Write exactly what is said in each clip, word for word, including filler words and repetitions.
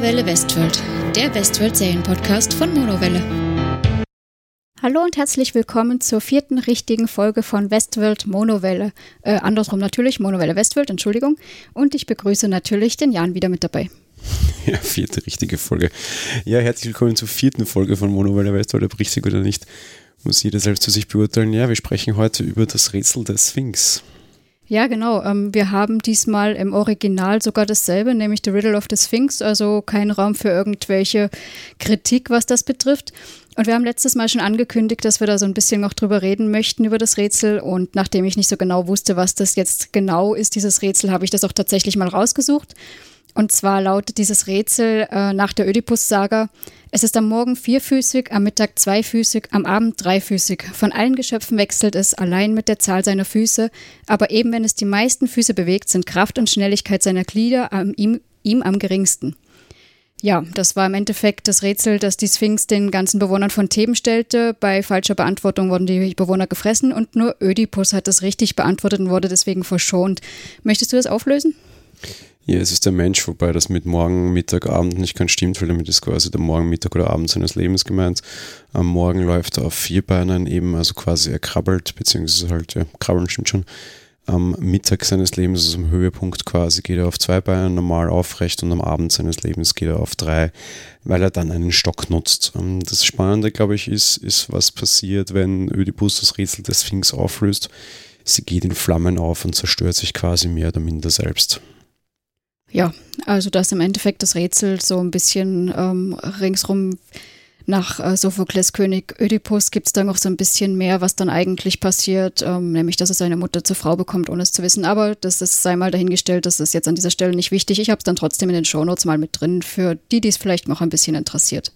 Monowelle Westworld, der Westworld-Serien-Podcast von Monowelle. Hallo und herzlich willkommen zur vierten richtigen Folge von Westworld Monowelle. Äh, andersrum natürlich, Monowelle Westworld, Entschuldigung. Und ich begrüße natürlich den Jan wieder mit dabei. Ja, vierte richtige Folge. Ja, herzlich willkommen zur vierten Folge von Monowelle Westworld, ob richtig oder nicht, muss jeder selbst zu sich beurteilen. Ja, wir sprechen heute über das Rätsel der Sphinx. Ja, genau. Ähm, wir haben diesmal im Original sogar dasselbe, nämlich The Riddle of the Sphinx, also kein Raum für irgendwelche Kritik, was das betrifft. Und wir haben letztes Mal schon angekündigt, dass wir da so ein bisschen noch drüber reden möchten, über das Rätsel. Und nachdem ich nicht so genau wusste, was das jetzt genau ist, dieses Rätsel, habe ich das auch tatsächlich mal rausgesucht. Und zwar lautet dieses Rätsel äh, nach der Ödipus-Saga: Es ist am Morgen vierfüßig, am Mittag zweifüßig, am Abend dreifüßig. Von allen Geschöpfen wechselt es allein mit der Zahl seiner Füße, aber eben wenn es die meisten Füße bewegt, sind Kraft und Schnelligkeit seiner Glieder am, ihm, ihm am geringsten. Ja, das war im Endeffekt das Rätsel, das die Sphinx den ganzen Bewohnern von Theben stellte. Bei falscher Beantwortung wurden die Bewohner gefressen und nur Ödipus hat das richtig beantwortet und wurde deswegen verschont. Möchtest du das auflösen? Ja, es ist der Mensch, wobei das mit Morgen, Mittag, Abend nicht ganz stimmt, weil damit ist quasi der Morgen, Mittag oder Abend seines Lebens gemeint. Am Morgen läuft er auf vier Beinen eben, also quasi er krabbelt, beziehungsweise halt, ja, krabbeln stimmt schon. Am Mittag seines Lebens, also am Höhepunkt quasi, geht er auf zwei Beinen normal aufrecht und am Abend seines Lebens geht er auf drei, weil er dann einen Stock nutzt. Das Spannende, glaube ich, ist, ist, was passiert, wenn Ödipus das Rätsel des Sphinx auflöst. Sie geht in Flammen auf und zerstört sich quasi mehr oder minder selbst. Ja, also dass im Endeffekt das Rätsel so ein bisschen ähm, ringsrum nach äh, Sophokles König Ödipus gibt es da noch so ein bisschen mehr, was dann eigentlich passiert, ähm, nämlich dass er seine Mutter zur Frau bekommt, ohne es zu wissen. Aber das ist, sei mal dahingestellt, das ist jetzt an dieser Stelle nicht wichtig. Ich habe es dann trotzdem in den Shownotes mal mit drin, für die, die es vielleicht noch ein bisschen interessiert.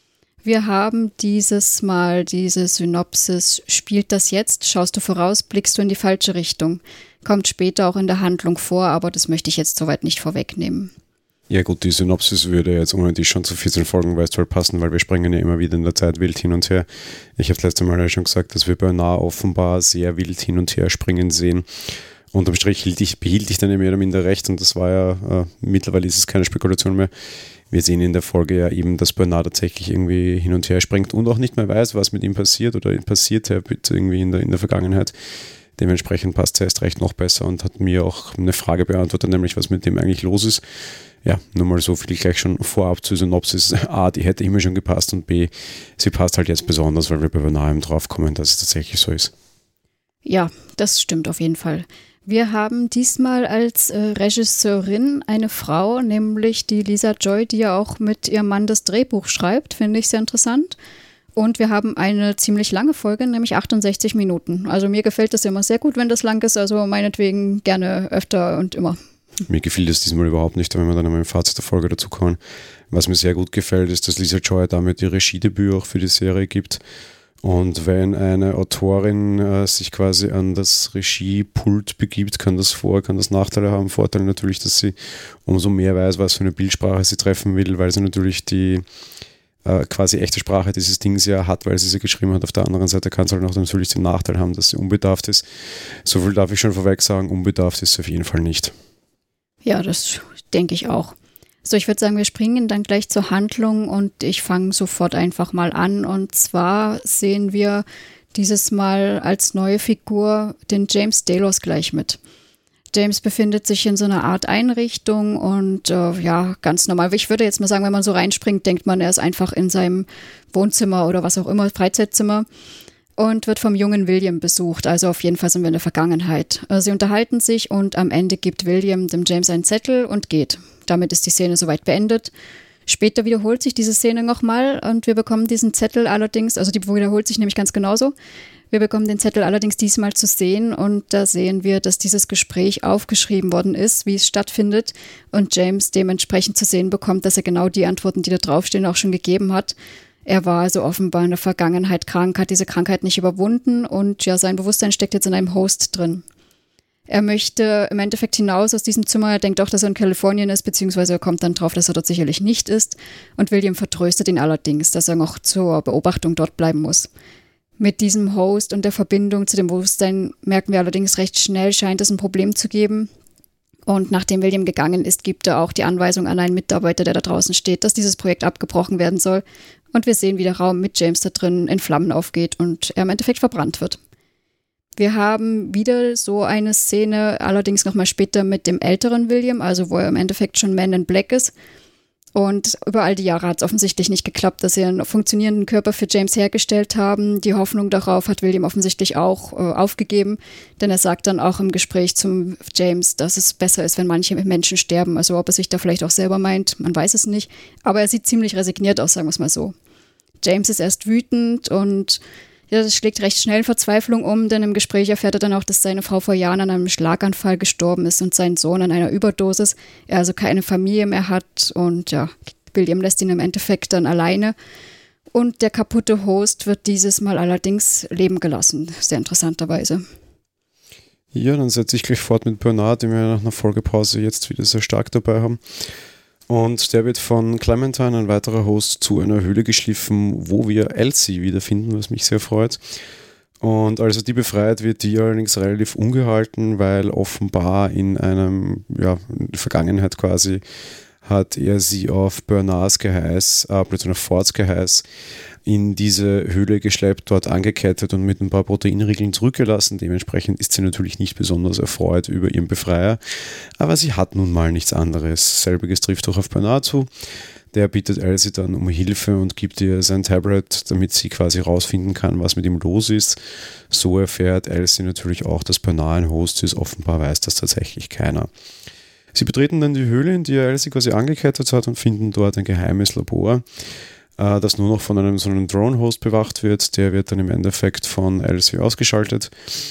Wir haben dieses Mal diese Synopsis: Spielt das jetzt? Schaust du voraus? Blickst du in die falsche Richtung? Kommt später auch in der Handlung vor, aber das möchte ich jetzt soweit nicht vorwegnehmen. Ja gut, die Synopsis würde jetzt ohne die schon zu vierzehn Folgen Westworld passen, weil wir springen ja immer wieder in der Zeit wild hin und her. Ich habe das letzte Mal ja schon gesagt, dass wir Bernard offenbar sehr wild hin und her springen sehen. Unterm Strich hielt ich, behielt ich dann ja mehr oder minder recht und das war ja, äh, mittlerweile ist es keine Spekulation mehr. Wir sehen in der Folge ja eben, dass Bernard tatsächlich irgendwie hin und her springt und auch nicht mehr weiß, was mit ihm passiert oder passiert irgendwie in der, in der Vergangenheit. Dementsprechend passt es erst recht noch besser und hat mir auch eine Frage beantwortet, nämlich was mit dem eigentlich los ist. Ja, nur mal so viel gleich schon vorab zur Synopsis. A, die hätte immer schon gepasst und B, sie passt halt jetzt besonders, weil wir bei Bernard drauf kommen, dass es tatsächlich so ist. Ja, das stimmt auf jeden Fall. Wir haben diesmal als äh, Regisseurin eine Frau, nämlich die Lisa Joy, die ja auch mit ihrem Mann das Drehbuch schreibt, finde ich sehr interessant. Und wir haben eine ziemlich lange Folge, nämlich achtundsechzig Minuten. Also mir gefällt das immer sehr gut, wenn das lang ist, also meinetwegen gerne öfter und immer. Mir gefiel das diesmal überhaupt nicht, wenn wir dann einmal im Fazit der Folge dazu kommen. Was mir sehr gut gefällt, ist, dass Lisa Joy damit ihr Regiedebüt auch für die Serie gibt. Und wenn eine Autorin äh, sich quasi an das Regiepult begibt, kann das Vor-, kann das Nachteile haben. Vorteil natürlich, dass sie umso mehr weiß, was für eine Bildsprache sie treffen will, weil sie natürlich die äh, quasi echte Sprache dieses Dings ja hat, weil sie sie geschrieben hat. Auf der anderen Seite kann es halt auch natürlich den Nachteil haben, dass sie unbedarft ist. So viel darf ich schon vorweg sagen, unbedarft ist sie auf jeden Fall nicht. Ja, das denke ich auch. So, ich würde sagen, wir springen dann gleich zur Handlung und ich fange sofort einfach mal an. Und zwar sehen wir dieses Mal als neue Figur den James Delos gleich mit. James befindet sich in so einer Art Einrichtung und äh, ja, ganz normal. Ich würde jetzt mal sagen, wenn man so reinspringt, denkt man, er ist einfach in seinem Wohnzimmer oder was auch immer, Freizeitzimmer. Und wird vom jungen William besucht, also auf jeden Fall sind wir in der Vergangenheit. Sie unterhalten sich und am Ende gibt William dem James einen Zettel und geht. Damit ist die Szene soweit beendet. Später wiederholt sich diese Szene nochmal und wir bekommen diesen Zettel allerdings, also die wiederholt sich nämlich ganz genauso. Wir bekommen den Zettel allerdings diesmal zu sehen und da sehen wir, dass dieses Gespräch aufgeschrieben worden ist, wie es stattfindet und James dementsprechend zu sehen bekommt, dass er genau die Antworten, die da draufstehen, auch schon gegeben hat. Er war also offenbar in der Vergangenheit krank, hat diese Krankheit nicht überwunden und ja, sein Bewusstsein steckt jetzt in einem Host drin. Er möchte im Endeffekt hinaus aus diesem Zimmer, er denkt auch, dass er in Kalifornien ist, beziehungsweise er kommt dann drauf, dass er dort sicherlich nicht ist und William vertröstet ihn allerdings, dass er noch zur Beobachtung dort bleiben muss. Mit diesem Host und der Verbindung zu dem Bewusstsein merken wir allerdings recht schnell, scheint es ein Problem zu geben. Und nachdem William gegangen ist, gibt er auch die Anweisung an einen Mitarbeiter, der da draußen steht, dass dieses Projekt abgebrochen werden soll. Und wir sehen, wie der Raum mit James da drin in Flammen aufgeht und er im Endeffekt verbrannt wird. Wir haben wieder so eine Szene, allerdings nochmal später mit dem älteren William, also wo er im Endeffekt schon Man in Black ist. Und über all die Jahre hat es offensichtlich nicht geklappt, dass sie einen funktionierenden Körper für James hergestellt haben. Die Hoffnung darauf hat William offensichtlich auch äh, aufgegeben, denn er sagt dann auch im Gespräch zum James, dass es besser ist, wenn manche Menschen sterben. Also ob er sich da vielleicht auch selber meint, man weiß es nicht. Aber er sieht ziemlich resigniert aus, sagen wir es mal so. James ist erst wütend und ja, das schlägt recht schnell Verzweiflung um, denn im Gespräch erfährt er dann auch, dass seine Frau vor Jahren an einem Schlaganfall gestorben ist und sein Sohn an einer Überdosis. Er also keine Familie mehr hat und ja, William lässt ihn im Endeffekt dann alleine. Und der kaputte Host wird dieses Mal allerdings leben gelassen, sehr interessanterweise. Ja, dann setze ich gleich fort mit Bernard, den wir nach einer Folgepause jetzt wieder sehr stark dabei haben. Und der wird von Clementine, ein weiterer Host, zu einer Höhle geschliffen, wo wir Elsie wiederfinden, was mich sehr freut. Und als er die befreit, wird die allerdings relativ ungehalten, weil offenbar in einem, ja, in der Vergangenheit quasi, hat er sie auf Bernards Geheiß, äh, plötzlich auf Fords Geheiß, in diese Höhle geschleppt, dort angekettet und mit ein paar Proteinriegeln zurückgelassen. Dementsprechend ist sie natürlich nicht besonders erfreut über ihren Befreier. Aber sie hat nun mal nichts anderes. Selbiges trifft auch auf Bernard zu. Der bittet Elsie dann um Hilfe und gibt ihr sein Tablet, damit sie quasi rausfinden kann, was mit ihm los ist. So erfährt Elsie natürlich auch, dass Bernard ein Host ist. Offenbar weiß das tatsächlich keiner. Sie betreten dann die Höhle, in die Elsie quasi angekettet hat, und finden dort ein geheimes Labor, das nur noch von einem so einem Drone-Host bewacht wird. Der wird dann im Endeffekt von Elsie ausgeschaltet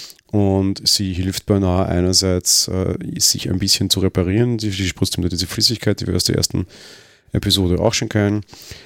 und sie hilft Bernard einerseits, äh, sich ein bisschen zu reparieren. Sie, sie spritzt ihm da diese Flüssigkeit, die wir aus der ersten Episode auch schon kennen.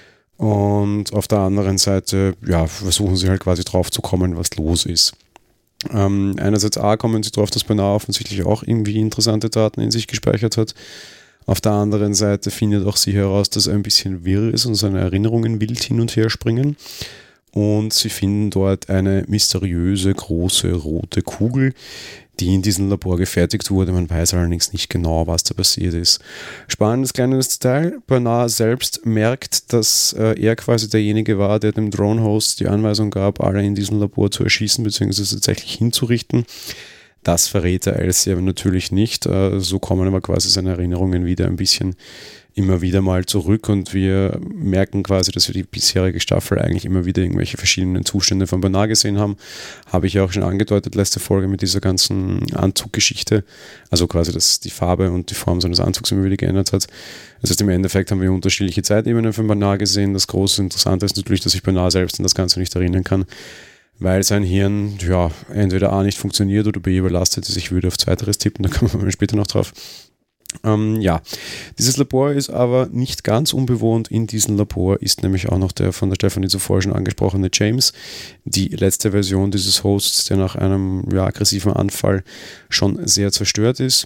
Und auf der anderen Seite, ja, versuchen sie halt quasi drauf zu kommen, was los ist. Ähm, einerseits A, kommen sie drauf, dass Bernard offensichtlich auch irgendwie interessante Daten in sich gespeichert hat. Auf der anderen Seite findet auch sie heraus, dass er ein bisschen wirr ist und seine Erinnerungen wild hin und her springen. Und sie finden dort eine mysteriöse, große, rote Kugel, die in diesem Labor gefertigt wurde. Man weiß allerdings nicht genau, was da passiert ist. Spannendes kleines Detail. Bernard selbst merkt, dass äh, er quasi derjenige war, der dem Drone-Host die Anweisung gab, alle in diesem Labor zu erschießen bzw. tatsächlich hinzurichten. Das verrät er Elsie aber natürlich nicht. So kommen aber quasi seine Erinnerungen wieder ein bisschen immer wieder mal zurück und wir merken quasi, dass wir die bisherige Staffel eigentlich immer wieder irgendwelche verschiedenen Zustände von Bernard gesehen haben. Habe ich ja auch schon angedeutet, letzte Folge mit dieser ganzen Anzuggeschichte. Also quasi, dass die Farbe und die Form seines Anzugs immer wieder geändert hat. Das heißt, im Endeffekt haben wir unterschiedliche Zeitebenen von Bernard gesehen. Das große Interessante ist natürlich, dass sich Bernard selbst an das Ganze nicht erinnern kann, weil sein Hirn ja entweder A nicht funktioniert oder B überlastet ist. Ich würde auf Zweiteres tippen, da kommen wir später noch drauf. Ähm, ja, dieses Labor ist aber nicht ganz unbewohnt. In diesem Labor ist nämlich auch noch der von der Stefanie zuvor schon angesprochene James, die letzte Version dieses Hosts, der nach einem ja, aggressiven Anfall schon sehr zerstört ist.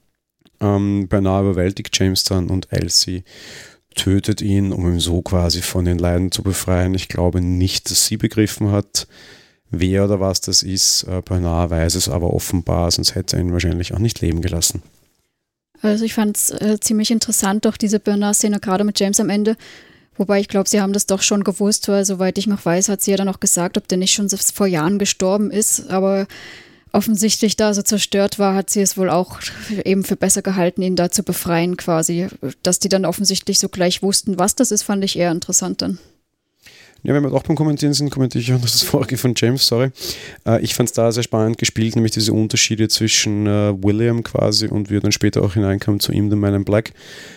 Ähm, Bernard überwältigt James dann und Elsie tötet ihn, um ihn so quasi von den Leiden zu befreien. Ich glaube nicht, dass sie begriffen hat, wer oder was das ist. Bernard weiß es aber offenbar, sonst hätte er ihn wahrscheinlich auch nicht leben gelassen. Also ich fand es äh, ziemlich interessant, doch diese Bernard-Szene, gerade mit James am Ende. Wobei ich glaube, sie haben das doch schon gewusst, weil soweit ich noch weiß, hat sie ja dann auch gesagt, ob der nicht schon vor Jahren gestorben ist. Aber offensichtlich, da er so zerstört war, hat sie es wohl auch eben für besser gehalten, ihn da zu befreien quasi. Dass die dann offensichtlich so gleich wussten, was das ist, fand ich eher interessant dann. Ja, wenn wir auch beim Kommentieren sind, kommentiere ich auch noch das Vorige von James, sorry. Äh, ich fand es da sehr spannend gespielt, nämlich diese Unterschiede zwischen äh, William quasi und wie er dann später auch hineinkam zu ihm, dem Man in Black.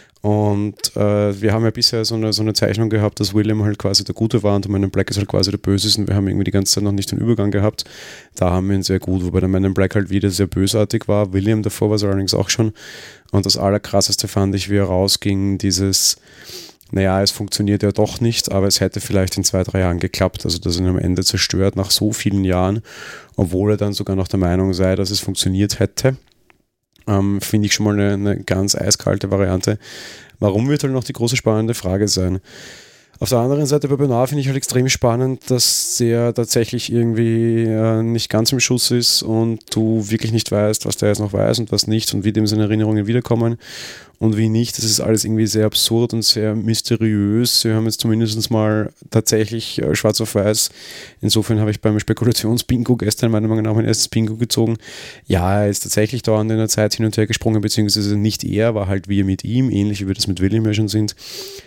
Und äh, wir haben ja bisher so eine, so eine Zeichnung gehabt, dass William halt quasi der Gute war und der Man in Black ist halt quasi der Böse ist und wir haben irgendwie die ganze Zeit noch nicht den Übergang gehabt. Da haben wir ihn sehr gut, wobei der Man in Black halt wieder sehr bösartig war. William davor war es allerdings auch schon. Und das Allerkrasseste fand ich, wie er rausging, dieses... Naja, es funktioniert ja doch nicht, aber es hätte vielleicht in zwei, drei Jahren geklappt. Also, dass er ihn am Ende zerstört nach so vielen Jahren, obwohl er dann sogar noch der Meinung sei, dass es funktioniert hätte. Ähm, finde ich schon mal eine, eine ganz eiskalte Variante. Warum, wird halt noch die große spannende Frage sein. Auf der anderen Seite bei Bernard finde ich halt extrem spannend, dass der tatsächlich irgendwie äh, nicht ganz im Schuss ist und du wirklich nicht weißt, was der jetzt noch weiß und was nicht und wie dem seine Erinnerungen wiederkommen und wie nicht. Das ist alles irgendwie sehr absurd und sehr mysteriös. Wir haben jetzt zumindest mal tatsächlich äh, schwarz auf weiß. Insofern habe ich beim Spekulationsbingo gestern meiner Meinung nach mein erstes Bingo gezogen. Ja, er ist tatsächlich dauernd in der Zeit hin und her gesprungen, beziehungsweise nicht er, war halt wir mit ihm, ähnlich wie wir das mit William ja schon sind.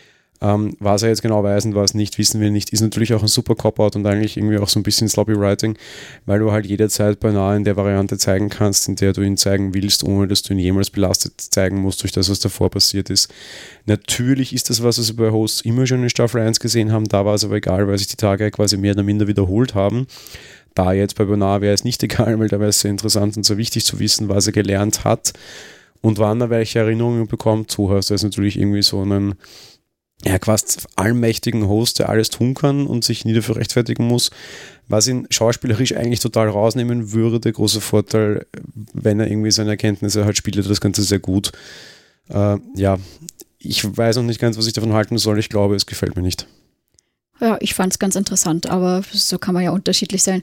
Ähm, was er jetzt genau weiß und was nicht, wissen wir nicht. Ist natürlich auch ein super Cop-Out und eigentlich irgendwie auch so ein bisschen Sloppy Writing, weil du halt jederzeit beinahe in der Variante zeigen kannst, in der du ihn zeigen willst, ohne dass du ihn jemals belastet zeigen musst durch das, was davor passiert ist. Natürlich ist das was, was wir bei Hosts immer schon in Staffel eins gesehen haben, da war es aber egal, weil sich die Tage quasi mehr oder minder wiederholt haben. Da jetzt bei Bernard wäre es nicht egal, weil da wäre es sehr interessant und sehr wichtig zu wissen, was er gelernt hat und wann er welche Erinnerungen bekommt. So hast du jetzt natürlich irgendwie so einen ja, quasi allmächtigen Host, der alles tun kann und sich nie dafür rechtfertigen muss, was ihn schauspielerisch eigentlich total rausnehmen würde. Großer Vorteil, wenn er irgendwie seine Erkenntnisse hat, spielt er das Ganze sehr gut. Äh, ja, ich weiß noch nicht ganz, was ich davon halten soll. Ich glaube, es gefällt mir nicht. Ja, ich fand es ganz interessant, aber so kann man ja unterschiedlich sein.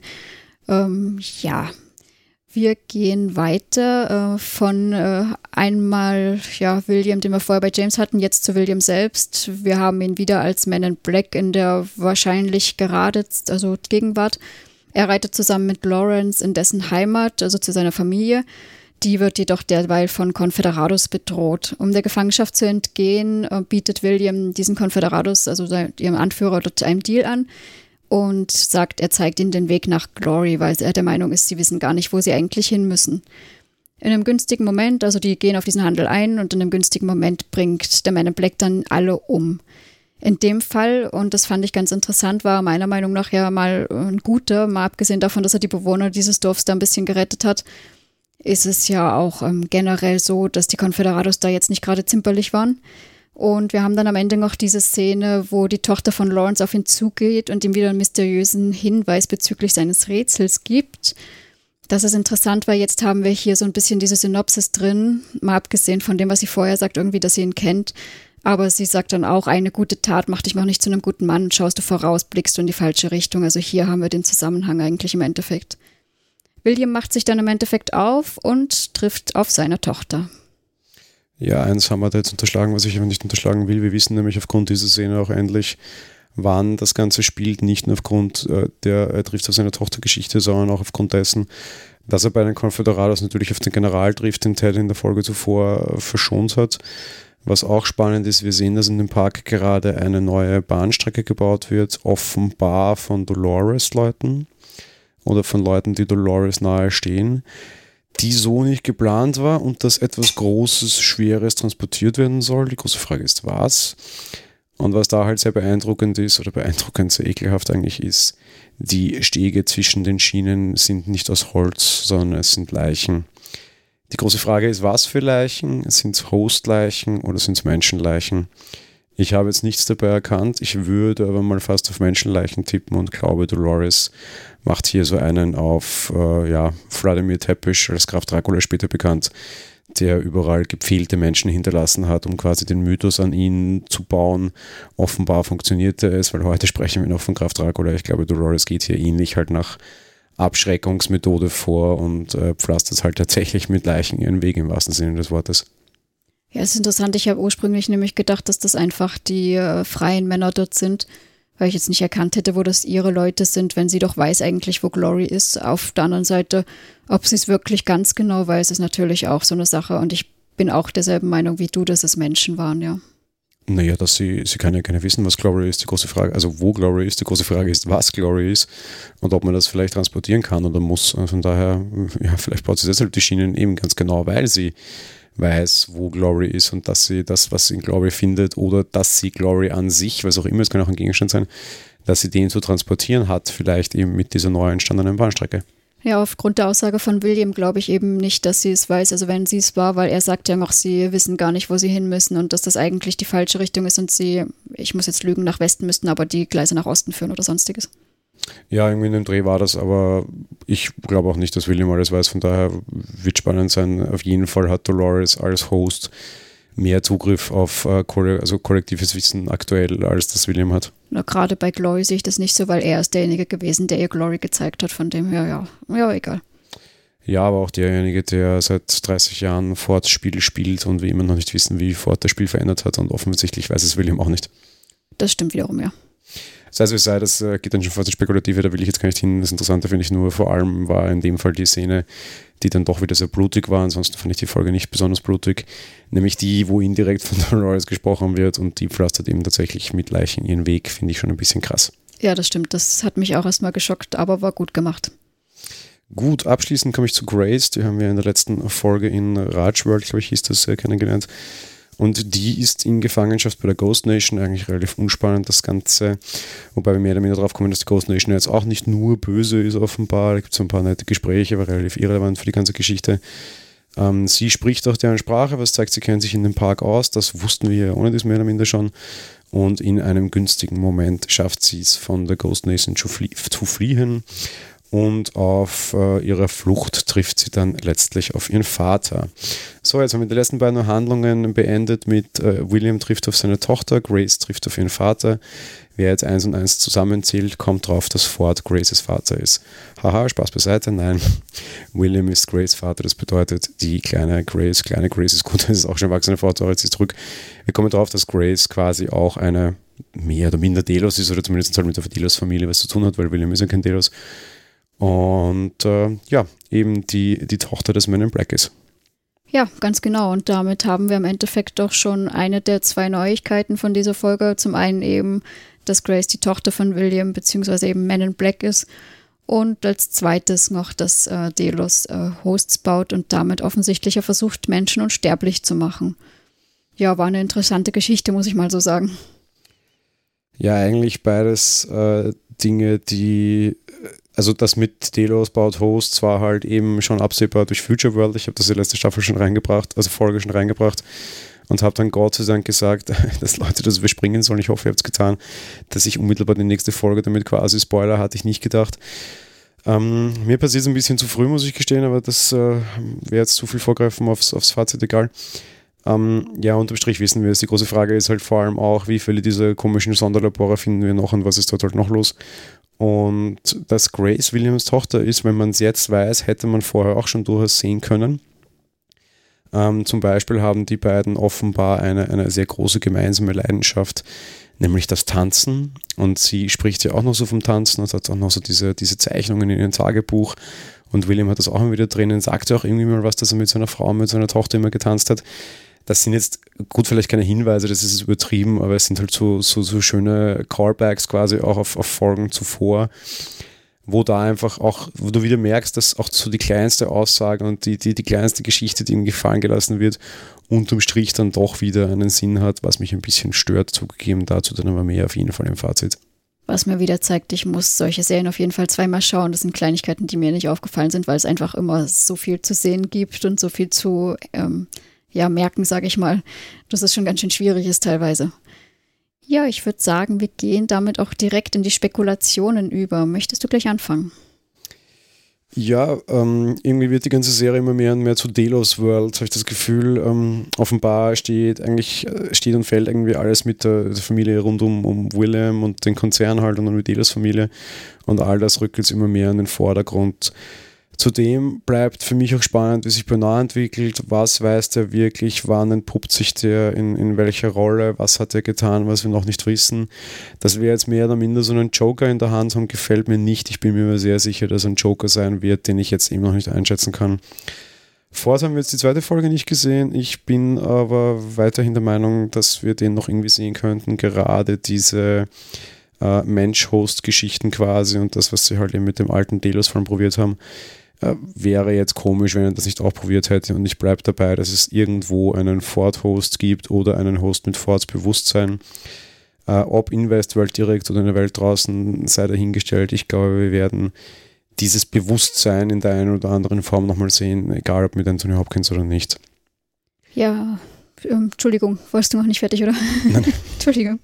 Ähm, ja, wir gehen weiter äh, von äh, einmal ja, William, den wir vorher bei James hatten, jetzt zu William selbst. Wir haben ihn wieder als Man in Black in der wahrscheinlich gerade, also Gegenwart. Er reitet zusammen mit Lawrence in dessen Heimat, also zu seiner Familie. Die wird jedoch derweil von Confederados bedroht. Um der Gefangenschaft zu entgehen, äh, bietet William diesen Confederados, also ihrem Anführer, dort einen Deal an und sagt, er zeigt ihnen den Weg nach Glory, weil er der Meinung ist, sie wissen gar nicht, wo sie eigentlich hin müssen. In einem günstigen Moment, also die gehen auf diesen Handel ein und in einem günstigen Moment bringt der Man in Black dann alle um. In dem Fall, und das fand ich ganz interessant, war meiner Meinung nach ja mal ein guter, mal abgesehen davon, dass er die Bewohner dieses Dorfs da ein bisschen gerettet hat, ist es ja auch ähm, generell so, dass die Confederados da jetzt nicht gerade zimperlich waren. Und wir haben dann am Ende noch diese Szene, wo die Tochter von Lawrence auf ihn zugeht und ihm wieder einen mysteriösen Hinweis bezüglich seines Rätsels gibt. Das ist interessant, weil jetzt haben wir hier so ein bisschen diese Synopsis drin, mal abgesehen von dem, was sie vorher sagt, irgendwie, dass sie ihn kennt. Aber sie sagt dann auch, eine gute Tat macht dich noch nicht zu einem guten Mann, schaust du voraus, blickst du in die falsche Richtung. Also hier haben wir den Zusammenhang eigentlich im Endeffekt. William macht sich dann im Endeffekt auf und trifft auf seine Tochter. Ja, eins haben wir da jetzt unterschlagen, was ich aber nicht unterschlagen will. Wir wissen nämlich aufgrund dieser Szene auch endlich, wann das Ganze spielt, nicht nur aufgrund äh, der er trifft auf seine Tochtergeschichte, sondern auch aufgrund dessen, dass er bei den Confederados natürlich auf den General trifft, den Ted in der Folge zuvor äh, verschont hat. Was auch spannend ist, wir sehen, dass in dem Park gerade eine neue Bahnstrecke gebaut wird, offenbar von Dolores-Leuten oder von Leuten, die Dolores nahe stehen, die so nicht geplant war und dass etwas Großes, Schweres transportiert werden soll. Die große Frage ist, was? Und was da halt sehr beeindruckend ist, oder beeindruckend, sehr ekelhaft eigentlich ist, die Stege zwischen den Schienen sind nicht aus Holz, sondern es sind Leichen. Die große Frage ist, was für Leichen? Sind es Hostleichen oder sind es Menschenleichen? Ich habe jetzt nichts dabei erkannt, ich würde aber mal fast auf Menschenleichen tippen und glaube, Dolores macht hier so einen auf äh, ja, Vladimir Tepisch, als Graf Dracula später bekannt, der überall gepfählte Menschen hinterlassen hat, um quasi den Mythos an ihn zu bauen. Offenbar funktionierte es, weil heute sprechen wir noch von Graf Dracula. Ich glaube, Dolores geht hier ähnlich halt nach Abschreckungsmethode vor und äh, pflastert halt tatsächlich mit Leichen ihren Weg im wahrsten Sinne des Wortes. Ja, es ist interessant. Ich habe ursprünglich nämlich gedacht, dass das einfach die äh, freien Männer dort sind, weil ich jetzt nicht erkannt hätte, wo das ihre Leute sind, wenn sie doch weiß eigentlich, wo Glory ist. Auf der anderen Seite, ob sie es wirklich ganz genau weiß, ist natürlich auch so eine Sache. Und ich bin auch derselben Meinung wie du, dass es Menschen waren, ja. Naja, dass sie, sie kann ja gerne wissen, was Glory ist, die große Frage, also wo Glory ist, die große Frage ist, was Glory ist und ob man das vielleicht transportieren kann oder muss. Von daher, ja, vielleicht baut sie deshalb die Schienen eben ganz genau, weil sie weiß, wo Glory ist und dass sie das, was sie in Glory findet oder dass sie Glory an sich, was auch immer, es kann auch ein Gegenstand sein, dass sie den zu transportieren hat, vielleicht eben mit dieser neu entstandenen Bahnstrecke. Ja, aufgrund der Aussage von William glaube ich eben nicht, dass sie es weiß, also wenn sie es war, weil er sagt ja noch, sie wissen gar nicht, wo sie hin müssen und dass das eigentlich die falsche Richtung ist und sie, ich muss jetzt lügen, nach Westen müssten, aber die Gleise nach Osten führen oder sonstiges. Ja, irgendwie in dem Dreh war das, aber ich glaube auch nicht, dass William alles weiß, von daher wird spannend sein. Auf jeden Fall hat Dolores als Host mehr Zugriff auf äh, koll- also kollektives Wissen aktuell, als das William hat. Na, gerade bei Glory sehe ich das nicht so, weil er ist derjenige gewesen, der ihr Glory gezeigt hat, von dem her, ja, ja, egal. Ja, aber auch derjenige, der seit dreißig Jahren Fords Spiel spielt und wir immer noch nicht wissen, wie Ford das Spiel verändert hat und offensichtlich weiß es William auch nicht. Das stimmt wiederum, ja. Sei es wie es sei, das geht dann schon fast ins Spekulative, da will ich jetzt gar nicht hin. Das Interessante finde ich nur, vor allem war in dem Fall die Szene, die dann doch wieder sehr blutig war, ansonsten fand ich die Folge nicht besonders blutig, nämlich die, wo indirekt von Dolores gesprochen wird und die pflastert eben tatsächlich mit Leichen ihren Weg, finde ich schon ein bisschen krass. Ja, das stimmt, das hat mich auch erstmal geschockt, aber war gut gemacht. Gut, abschließend komme ich zu Grace, die haben wir in der letzten Folge in Raj World, glaube ich, hieß das, äh, kennengelernt. Und die ist in Gefangenschaft bei der Ghost Nation, eigentlich relativ unspannend das Ganze, wobei wir mehr oder weniger drauf kommen, dass die Ghost Nation jetzt auch nicht nur böse ist offenbar, da gibt es ein paar nette Gespräche, aber relativ irrelevant für die ganze Geschichte. Ähm, sie spricht auch deren Sprache, was zeigt, sie kennt sich in dem Park aus, das wussten wir ja ohne das mehr oder minder schon. Und in einem günstigen Moment schafft sie es, von der Ghost Nation zu, flie- zu fliehen. Und auf äh, ihrer Flucht trifft sie dann letztlich auf ihren Vater. So, jetzt haben wir die letzten beiden Handlungen beendet mit äh, William trifft auf seine Tochter, Grace trifft auf ihren Vater. Wer jetzt eins und eins zusammenzählt, kommt drauf, dass Ford Graces Vater ist. Haha, Spaß beiseite, nein. William ist Graces Vater, das bedeutet, die kleine Grace, kleine Grace ist gut, das ist auch schon erwachsene Frau, jetzt ist zurück. Wir kommen drauf, dass Grace quasi auch eine mehr oder minder Delos ist, oder zumindest halt mit der Delos-Familie was zu tun hat, weil William ist ja kein Delos. Und äh, ja, eben die, die Tochter des Men in Black ist. Ja, ganz genau. Und damit haben wir im Endeffekt doch schon eine der zwei Neuigkeiten von dieser Folge. Zum einen eben, dass Grace die Tochter von William bzw. eben Men in Black ist. Und als zweites noch, dass äh, Delos äh, Hosts baut und damit offensichtlich versucht, Menschen unsterblich zu machen. Ja, war eine interessante Geschichte, muss ich mal so sagen. Ja, eigentlich beides äh, Dinge, die, also das mit Delos baut Hosts war halt eben schon absehbar durch Future World. Ich habe das in der letzten Staffel schon reingebracht, also Folge schon reingebracht und habe dann Gott sei Dank gesagt, dass Leute das überspringen sollen. Ich hoffe, ihr habt es getan, dass ich unmittelbar die nächste Folge damit quasi Spoiler hatte ich nicht gedacht. Ähm, mir passiert es ein bisschen zu früh, muss ich gestehen, aber das äh, wäre jetzt zu viel vorgreifen aufs, aufs Fazit, egal. Um, ja, unterm Strich wissen wir es. Die große Frage ist halt vor allem auch, wie viele dieser komischen Sonderlabore finden wir noch und was ist dort halt noch los. Und dass Grace Williams Tochter ist, wenn man es jetzt weiß, hätte man vorher auch schon durchaus sehen können. Um, zum Beispiel haben die beiden offenbar eine, eine sehr große gemeinsame Leidenschaft, nämlich das Tanzen. Und sie spricht ja auch noch so vom Tanzen und hat auch noch so diese, diese Zeichnungen in ihrem Tagebuch. Und William hat das auch immer wieder drinnen, sagt ja auch irgendwie mal was, dass er mit seiner Frau, mit seiner Tochter immer getanzt hat. Das sind jetzt, gut, vielleicht keine Hinweise, das ist übertrieben, aber es sind halt so, so, so schöne Callbacks quasi auch auf, auf Folgen zuvor, wo da einfach auch, wo du wieder merkst, dass auch so die kleinste Aussage und die, die, die kleinste Geschichte, die ihm gefallen gelassen wird, unterm Strich dann doch wieder einen Sinn hat, was mich ein bisschen stört, zugegeben, dazu dann aber mehr auf jeden Fall im Fazit. Was mir wieder zeigt, ich muss solche Serien auf jeden Fall zweimal schauen. Das sind Kleinigkeiten, die mir nicht aufgefallen sind, weil es einfach immer so viel zu sehen gibt und so viel zu ähm, ja, merken, sage ich mal, dass es schon ganz schön schwierig ist teilweise. Ja, ich würde sagen, wir gehen damit auch direkt in die Spekulationen über. Möchtest du gleich anfangen? Ja, ähm, irgendwie wird die ganze Serie immer mehr und mehr zu Delos World, habe ich das Gefühl. Ähm, offenbar steht eigentlich steht und fällt irgendwie alles mit der, der Familie rund um, um William und den Konzern halt und dann mit Delos Familie und all das rückt jetzt immer mehr in den Vordergrund. Zudem bleibt für mich auch spannend, wie sich Bernard entwickelt, was weiß der wirklich, wann entpuppt sich der, in, in welcher Rolle, was hat er getan, was wir noch nicht wissen. Dass wir jetzt mehr oder minder so einen Joker in der Hand haben, gefällt mir nicht. Ich bin mir aber sehr sicher, dass er ein Joker sein wird, den ich jetzt eben noch nicht einschätzen kann. Ford haben wir jetzt die zweite Folge nicht gesehen, ich bin aber weiterhin der Meinung, dass wir den noch irgendwie sehen könnten, gerade diese äh, Mensch-Host-Geschichten quasi und das, was sie halt eben mit dem alten Delos-Film probiert haben. Äh, wäre jetzt komisch, wenn er das nicht auch probiert hätte und ich bleibe dabei, dass es irgendwo einen Ford-Host gibt oder einen Host mit Fords Bewusstsein. Äh, ob in Westworld direkt oder in der Welt draußen, sei dahingestellt. Ich glaube, wir werden dieses Bewusstsein in der einen oder anderen Form nochmal sehen, egal ob mit Anthony Hopkins oder nicht. Ja, ähm, Entschuldigung, warst du noch nicht fertig, oder? Nein. Entschuldigung.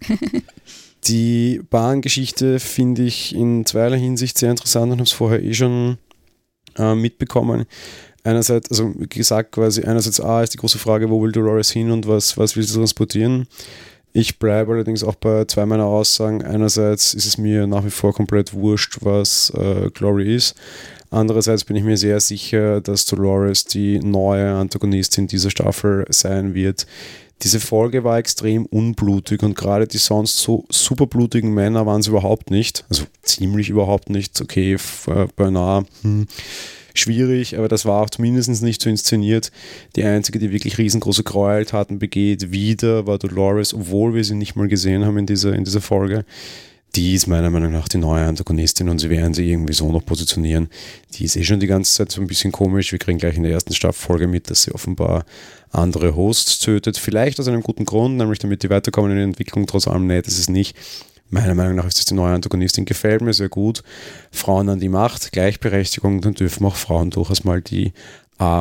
Die Bahngeschichte finde ich in zweierlei Hinsicht sehr interessant und habe es vorher eh schon äh, mitbekommen. Einerseits, also wie gesagt, quasi einerseits A ist die große Frage, wo will Dolores hin und was, was will sie transportieren? Ich bleibe allerdings auch bei zwei meiner Aussagen. Einerseits ist es mir nach wie vor komplett wurscht, was äh, Glory ist. Andererseits bin ich mir sehr sicher, dass Dolores die neue Antagonistin dieser Staffel sein wird. Diese Folge war extrem unblutig und gerade die sonst so superblutigen Männer waren es überhaupt nicht. Also ziemlich überhaupt nicht. Okay, Bernard, hm. schwierig, aber das war auch zumindest nicht so inszeniert. Die einzige, die wirklich riesengroße Gräueltaten begeht, wieder war Dolores, obwohl wir sie nicht mal gesehen haben in dieser, in dieser Folge. Die ist meiner Meinung nach die neue Antagonistin und sie werden sie irgendwie so noch positionieren. Die ist eh schon die ganze Zeit so ein bisschen komisch. Wir kriegen gleich in der ersten Staffelfolge mit, dass sie offenbar andere Hosts tötet. Vielleicht aus einem guten Grund, nämlich damit die weiterkommen in der Entwicklung. Trotz allem, nee, das ist nicht. Meiner Meinung nach ist das die neue Antagonistin, gefällt mir sehr gut. Frauen an die Macht, Gleichberechtigung, dann dürfen auch Frauen durchaus mal die äh,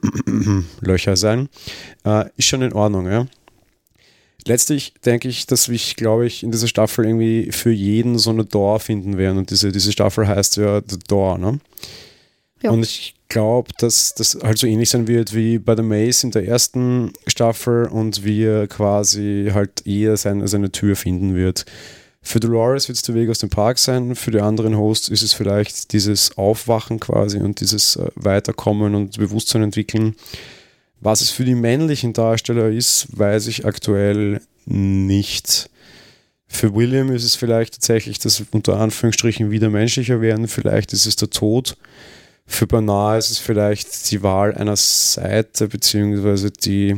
Löcher sein. Äh, ist schon in Ordnung, ja. Letztlich denke ich, dass wir, glaube ich, in dieser Staffel irgendwie für jeden so eine Door finden werden und diese, diese Staffel heißt ja The Door, ne? Ja. Und ich glaube, dass das halt so ähnlich sein wird wie bei The Maze in der ersten Staffel und wir quasi halt eher seine, seine Tür finden wird. Für Dolores wird es der Weg aus dem Park sein, für die anderen Hosts ist es vielleicht dieses Aufwachen quasi und dieses äh, Weiterkommen und Bewusstsein entwickeln. Was es für die männlichen Darsteller ist, weiß ich aktuell nicht. Für William ist es vielleicht tatsächlich das unter Anführungsstrichen wieder menschlicher werden, vielleicht ist es der Tod. Für Bernard ist es vielleicht die Wahl einer Seite, beziehungsweise die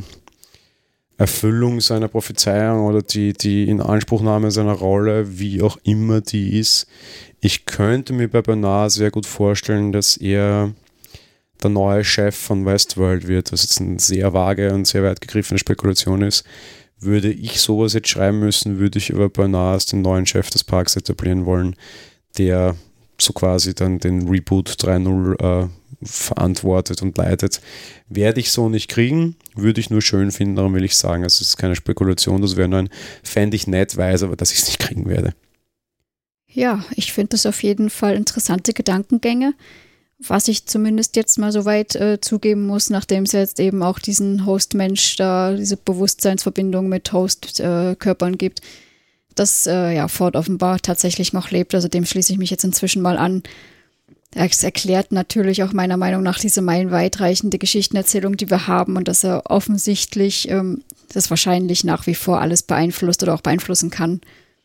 Erfüllung seiner Prophezeiung oder die, die Inanspruchnahme seiner Rolle, wie auch immer die ist. Ich könnte mir bei Bernard sehr gut vorstellen, dass er der neue Chef von Westworld wird, was jetzt eine sehr vage und sehr weit gegriffene Spekulation ist. Würde ich sowas jetzt schreiben müssen, würde ich über Bernard als den neuen Chef des Parks etablieren wollen, der so quasi dann den Reboot drei null äh, verantwortet und leitet. Werde ich so nicht kriegen, würde ich nur schön finden, darum will ich sagen, es ist keine Spekulation, das wäre nur ein, fände ich nett, weiß aber, dass ich es nicht kriegen werde. Ja, ich finde das auf jeden Fall interessante Gedankengänge. Was ich zumindest jetzt mal so weit äh, zugeben muss, nachdem es jetzt eben auch diesen Host-Mensch da, diese Bewusstseinsverbindung mit Host-Körpern äh, gibt, dass äh, ja, Ford offenbar tatsächlich noch lebt. Also dem schließe ich mich jetzt inzwischen mal an. Es erklärt natürlich auch meiner Meinung nach diese meilenweitreichende Geschichtenerzählung, die wir haben und dass er offensichtlich ähm, das wahrscheinlich nach wie vor alles beeinflusst oder auch beeinflussen kann.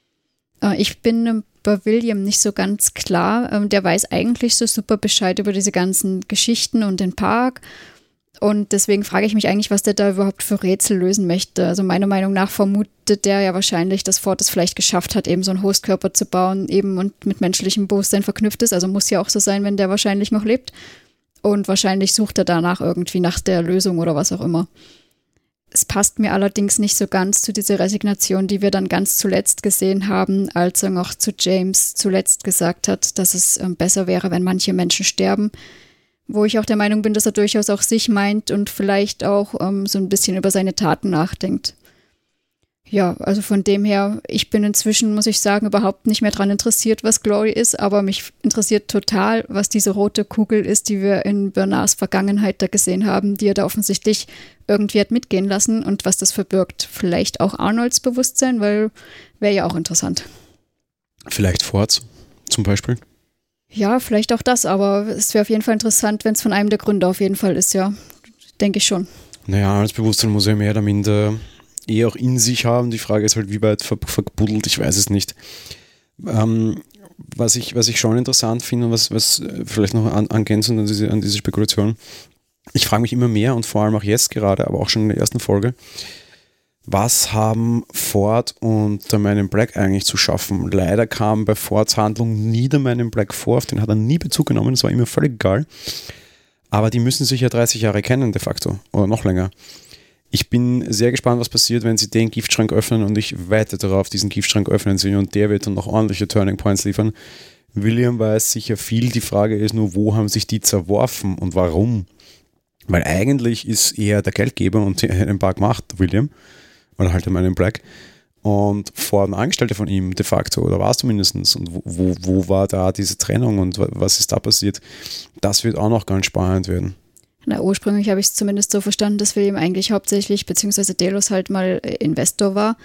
Äh, ich bin ähm, bei William nicht so ganz klar. Ähm, der weiß eigentlich so super Bescheid über diese ganzen Geschichten und den Park. Und deswegen frage ich mich eigentlich, was der da überhaupt für Rätsel lösen möchte. Also meiner Meinung nach vermutet der ja wahrscheinlich, dass Ford es vielleicht geschafft hat, eben so einen Hostkörper zu bauen, eben und mit menschlichem Bewusstsein verknüpft ist. Also muss ja auch so sein, wenn der wahrscheinlich noch lebt. Und wahrscheinlich sucht er danach irgendwie nach der Lösung oder was auch immer. Es passt mir allerdings nicht so ganz zu dieser Resignation, die wir dann ganz zuletzt gesehen haben, als er noch zu James zuletzt gesagt hat, dass es ähm, besser wäre, wenn manche Menschen sterben. Wo ich auch der Meinung bin, dass er durchaus auch sich meint und vielleicht auch ähm, so ein bisschen über seine Taten nachdenkt. Ja, also von dem her, ich bin inzwischen, muss ich sagen, überhaupt nicht mehr daran interessiert, was Glory ist, aber mich interessiert total, was diese rote Kugel ist, die wir in Bernards Vergangenheit da gesehen haben, die er da offensichtlich irgendwie hat mitgehen lassen und was das verbirgt. Vielleicht auch Arnolds Bewusstsein, weil wäre ja auch interessant. Vielleicht Fords zum Beispiel. Ja, vielleicht auch das, aber es wäre auf jeden Fall interessant, wenn es von einem der Gründe auf jeden Fall ist, ja. Denke ich schon. Naja, das Bewusstsein muss ja mehr oder minder eh auch in sich haben. Die Frage ist halt, wie weit ver- verbuddelt, ich weiß es nicht. Ähm, was, ich, was ich schon interessant finde und was, was vielleicht noch an, angänzend an diese, an diese Spekulation, ich frage mich immer mehr und vor allem auch jetzt gerade, aber auch schon in der ersten Folge, was haben Ford und der Man in Black eigentlich zu schaffen? Leider kam bei Fords Handlung nie der Man in Black vor, auf den hat er nie Bezug genommen, das war immer völlig egal. Aber die müssen sich ja dreißig Jahre kennen de facto, oder noch länger. Ich bin sehr gespannt, was passiert, wenn sie den Giftschrank öffnen und ich wette darauf, diesen Giftschrank öffnen sie und der wird dann noch ordentliche Turning Points liefern. William weiß sicher viel, die Frage ist nur, wo haben sich die zerworfen und warum? Weil eigentlich ist er der Geldgeber und den Park macht William. Oder halt der Man in Black. Und Ford ein Angestellter von ihm de facto, oder war es zumindest. Und wo, wo, wo war da diese Trennung und was ist da passiert? Das wird auch noch ganz spannend werden. Na, ursprünglich habe ich es zumindest so verstanden, dass William eigentlich hauptsächlich, beziehungsweise Delos halt mal Investor war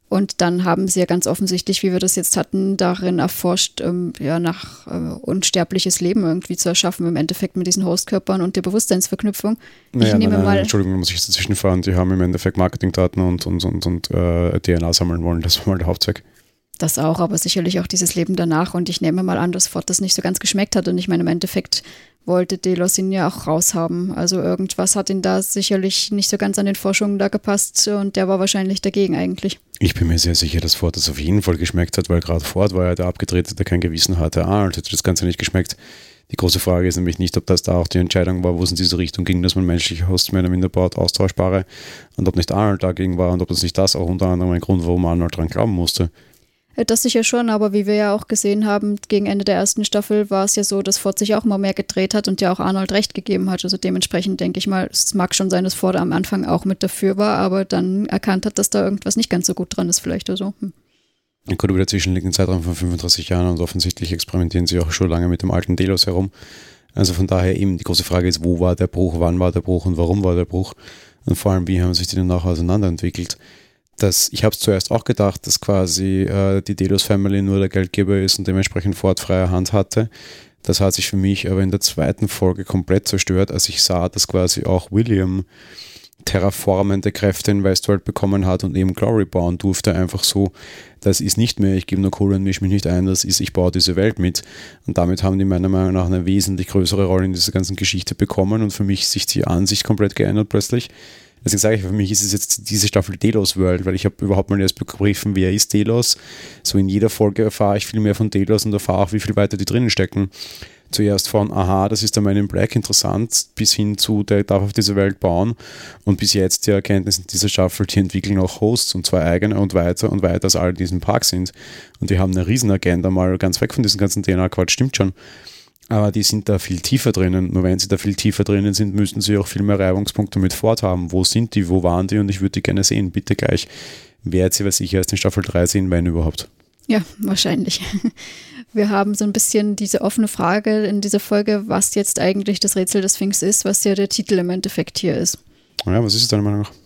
Und dann haben sie ja ganz offensichtlich, wie wir das jetzt hatten, darin erforscht, ähm, ja, nach äh, unsterbliches Leben irgendwie zu erschaffen, im Endeffekt mit diesen Hostkörpern und der Bewusstseinsverknüpfung. Naja, ich nehme nein, nein, mal. Entschuldigung, muss ich jetzt dazwischen fahren. Die haben im Endeffekt Marketingdaten und, und, und, und äh, D N A sammeln wollen. Das war mal der Hauptzweck. Das auch, aber sicherlich auch dieses Leben danach. Und ich nehme mal an, dass Ford das nicht so ganz geschmeckt hat. Und ich meine, im Endeffekt wollte Delos ihn ja auch raushaben. Also irgendwas hat ihn da sicherlich nicht so ganz an den Forschungen da gepasst und der war wahrscheinlich dagegen eigentlich. Ich bin mir sehr sicher, dass Ford das auf jeden Fall geschmeckt hat, weil gerade Ford war ja der Abgedrehte, der kein Gewissen hatte. Arnold hätte das Ganze nicht geschmeckt. Die große Frage ist nämlich nicht, ob das da auch die Entscheidung war, wo es in diese Richtung ging, dass man menschliche Hosts mehr oder minder baut, austauschbare, und ob nicht Arnold dagegen war und ob das nicht das auch unter anderem ein Grund war, warum Arnold dran glauben musste. Das sicher schon, aber wie wir ja auch gesehen haben, gegen Ende der ersten Staffel war es ja so, dass Ford sich auch mal mehr gedreht hat und ja auch Arnold recht gegeben hat. Also dementsprechend denke ich mal, es mag schon sein, dass Ford am Anfang auch mit dafür war, aber dann erkannt hat, dass da irgendwas nicht ganz so gut dran ist vielleicht oder so. Hm. Gut, über der zwischenliegenden Zeitraum von fünfunddreißig Jahren und offensichtlich experimentieren sie auch schon lange mit dem alten Delos herum. Also von daher eben, die große Frage ist, wo war der Bruch, wann war der Bruch und warum war der Bruch und vor allem, wie haben sich die dann nachher auseinanderentwickelt. Das, ich habe es zuerst auch gedacht, dass quasi äh, die Delos Family nur der Geldgeber ist und dementsprechend Ford freie Hand hatte. Das hat sich für mich aber in der zweiten Folge komplett zerstört, als ich sah, dass quasi auch William terraformende Kräfte in Westworld bekommen hat und eben Glory bauen durfte. Einfach so, das ist nicht mehr, ich gebe nur Kohle und mische mich nicht ein, das ist, ich baue diese Welt mit. Und damit haben die meiner Meinung nach eine wesentlich größere Rolle in dieser ganzen Geschichte bekommen und für mich sich die Ansicht komplett geändert plötzlich. Deswegen sage ich, für mich ist es jetzt diese Staffel Delos World, weil ich habe überhaupt mal erst begriffen, wer ist Delos. So in jeder Folge erfahre ich viel mehr von Delos und erfahre auch, wie viel weiter die drinnen stecken. Zuerst von, aha, das ist der Man in Black interessant, bis hin zu, der darf auf diese Welt bauen und bis jetzt die Erkenntnis in dieser Staffel, die entwickeln auch Hosts und zwei eigene und weiter und weiter, als alle in diesem Park sind. Und die haben eine Riesenagenda, mal ganz weg von diesem ganzen D N A-Quatsch, stimmt schon. Aber die sind da viel tiefer drinnen. Nur wenn sie da viel tiefer drinnen sind, müssten sie auch viel mehr Reibungspunkte mit Ford haben. Wo sind die, wo waren die? Und ich würde die gerne sehen. Bitte gleich. Werdet sie, was ich erst in Staffel drei sehen, wenn überhaupt. Ja, wahrscheinlich. Wir haben so ein bisschen diese offene Frage in dieser Folge, was jetzt eigentlich das Rätsel des Sphinx ist, was ja der Titel im Endeffekt hier ist. Ja, was ist es deiner Meinung nach?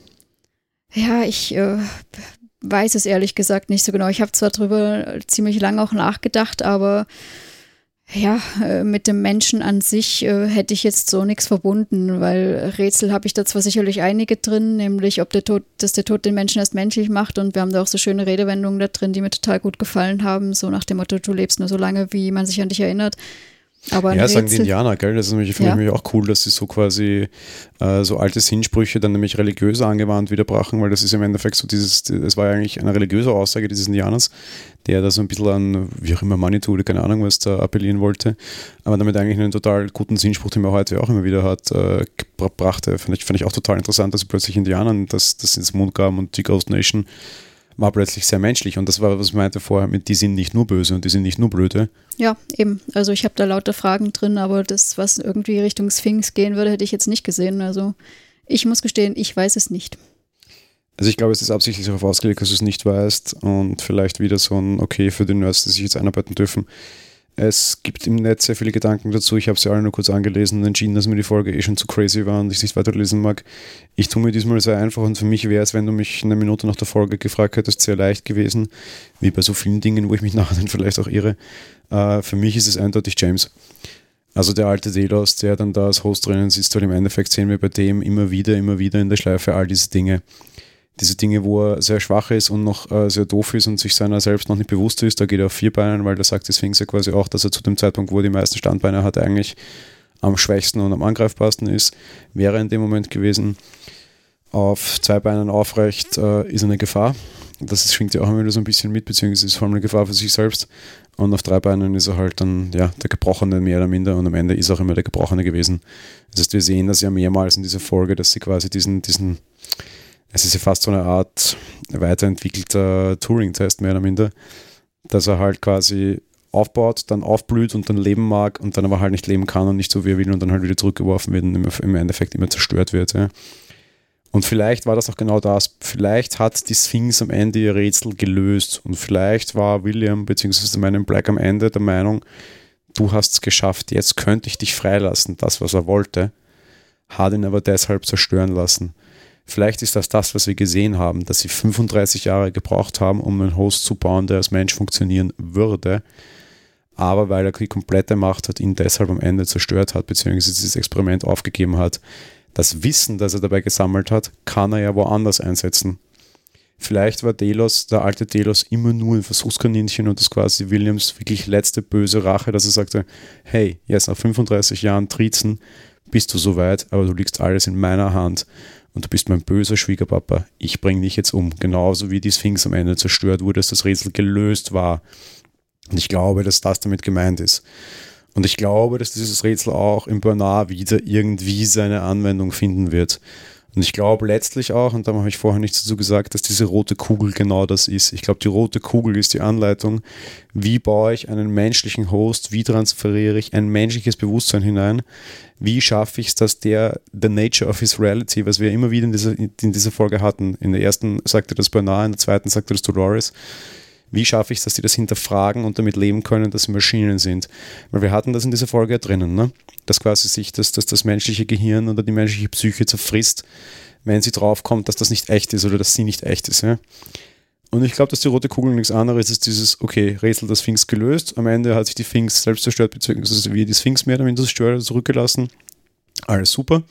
Ja, ich äh, weiß es ehrlich gesagt nicht so genau. Ich habe zwar drüber ziemlich lange auch nachgedacht, aber ja, äh, mit dem Menschen an sich äh, hätte ich jetzt so nichts verbunden, weil Rätsel habe ich da zwar sicherlich einige drin, nämlich ob der Tod, dass der Tod den Menschen erst menschlich macht, und wir haben da auch so schöne Redewendungen da drin, die mir total gut gefallen haben, so nach dem Motto, du lebst nur so lange, wie man sich an dich erinnert. Aber ja, Rätsel, sagen die Indianer, gell? Das ist nämlich, finde ja. ich nämlich auch cool, dass sie so quasi äh, so alte Sinnsprüche dann nämlich religiös angewandt wieder brachen, weil das ist im Endeffekt so dieses, das war ja eigentlich eine religiöse Aussage dieses Indianers, der da so ein bisschen an, wie auch immer, Manitou oder keine Ahnung was da appellieren wollte, aber damit eigentlich einen total guten Sinnspruch, den man heute auch immer wieder hat, äh, brachte. Fand ich, fand ich auch total interessant, dass sie plötzlich Indianern das, das ins Mund gaben und die Ghost Nation war plötzlich sehr menschlich, und das war, was ich meinte vorher mit, die sind nicht nur böse und die sind nicht nur blöde. Ja, eben. Also ich habe da lauter Fragen drin, aber das, was irgendwie Richtung Sphinx gehen würde, hätte ich jetzt nicht gesehen. Also ich muss gestehen, ich weiß es nicht. Also ich glaube, es ist absichtlich darauf ausgelegt, dass du es nicht weißt, und vielleicht wieder so ein Okay für die Nerds, die sich jetzt einarbeiten dürfen. Es gibt im Netz sehr viele Gedanken dazu. Ich habe sie alle nur kurz angelesen und entschieden, dass mir die Folge eh schon zu crazy war und ich es nicht weiterlesen mag. Ich tue mir diesmal sehr einfach, und für mich wäre es, wenn du mich eine Minute nach der Folge gefragt hättest, sehr leicht gewesen, wie bei so vielen Dingen, wo ich mich nachher dann vielleicht auch irre. Äh, für mich ist es eindeutig James. Also der alte Delos, der dann da als Host drinnen sitzt, weil im Endeffekt sehen wir bei dem immer wieder, immer wieder in der Schleife all diese Dinge. Diese Dinge, wo er sehr schwach ist und noch äh, sehr doof ist und sich seiner selbst noch nicht bewusst ist, da geht er auf vier Beinen, weil da sagt die Sphinx ja quasi auch, dass er zu dem Zeitpunkt, wo er die meisten Standbeine hat, eigentlich am schwächsten und am angreifbarsten ist, wäre in dem Moment gewesen. Auf zwei Beinen aufrecht äh, ist er eine Gefahr. Das schwingt ja auch immer wieder so ein bisschen mit, beziehungsweise ist vor allem eine Gefahr für sich selbst. Und auf drei Beinen ist er halt dann ja der Gebrochene mehr oder minder, und am Ende ist er auch immer der Gebrochene gewesen. Das heißt, wir sehen das ja mehrmals in dieser Folge, dass sie quasi diesen, diesen es ist ja fast so eine Art weiterentwickelter Turing-Test, mehr oder minder, dass er halt quasi aufbaut, dann aufblüht und dann leben mag und dann aber halt nicht leben kann und nicht so wie er will und dann halt wieder zurückgeworfen wird und im Endeffekt immer zerstört wird. Ja. Und vielleicht war das auch genau das. Vielleicht hat die Sphinx am Ende ihr Rätsel gelöst, und vielleicht war William bzw. Man in Black am Ende der Meinung, du hast es geschafft, jetzt könnte ich dich freilassen, das, was er wollte, hat ihn aber deshalb zerstören lassen. Vielleicht ist das das, was wir gesehen haben, dass sie fünfunddreißig Jahre gebraucht haben, um einen Host zu bauen, der als Mensch funktionieren würde, aber weil er die komplette Macht hat, ihn deshalb am Ende zerstört hat, beziehungsweise dieses Experiment aufgegeben hat. Das Wissen, das er dabei gesammelt hat, kann er ja woanders einsetzen. Vielleicht war Delos, der alte Delos, immer nur ein Versuchskaninchen und das quasi Williams wirklich letzte böse Rache, dass er sagte, hey, jetzt nach fünfunddreißig Jahren Trizen bist du soweit, aber du liegst alles in meiner Hand und du bist mein böser Schwiegerpapa. Ich bringe dich jetzt um. Genauso wie die Sphinx am Ende zerstört wurde, dass das Rätsel gelöst war. Und ich glaube, dass das damit gemeint ist. Und ich glaube, dass dieses Rätsel auch im Bernard wieder irgendwie seine Anwendung finden wird. Und ich glaube letztlich auch, und da habe ich vorher nichts dazu gesagt, dass diese rote Kugel genau das ist. Ich glaube, die rote Kugel ist die Anleitung, wie baue ich einen menschlichen Host, wie transferiere ich ein menschliches Bewusstsein hinein, wie schaffe ich es, dass der the nature of his reality, was wir immer wieder in dieser, in dieser Folge hatten, in der ersten sagte das Bernard, in der zweiten sagte das Dolores, wie schaffe ich es, dass die das hinterfragen und damit leben können, dass sie Maschinen sind? Weil wir hatten das in dieser Folge ja drinnen, ne? Dass quasi sich das, dass das menschliche Gehirn oder die menschliche Psyche zerfrisst, wenn sie draufkommt, dass das nicht echt ist oder dass sie nicht echt ist. Ja? Und ich glaube, dass die rote Kugel nichts anderes ist, dieses, okay, Rätsel der Sphinx gelöst, am Ende hat sich die Sphinx selbst zerstört, beziehungsweise wir die Sphinx mehr oder minder zerstört, zurückgelassen. Alles super.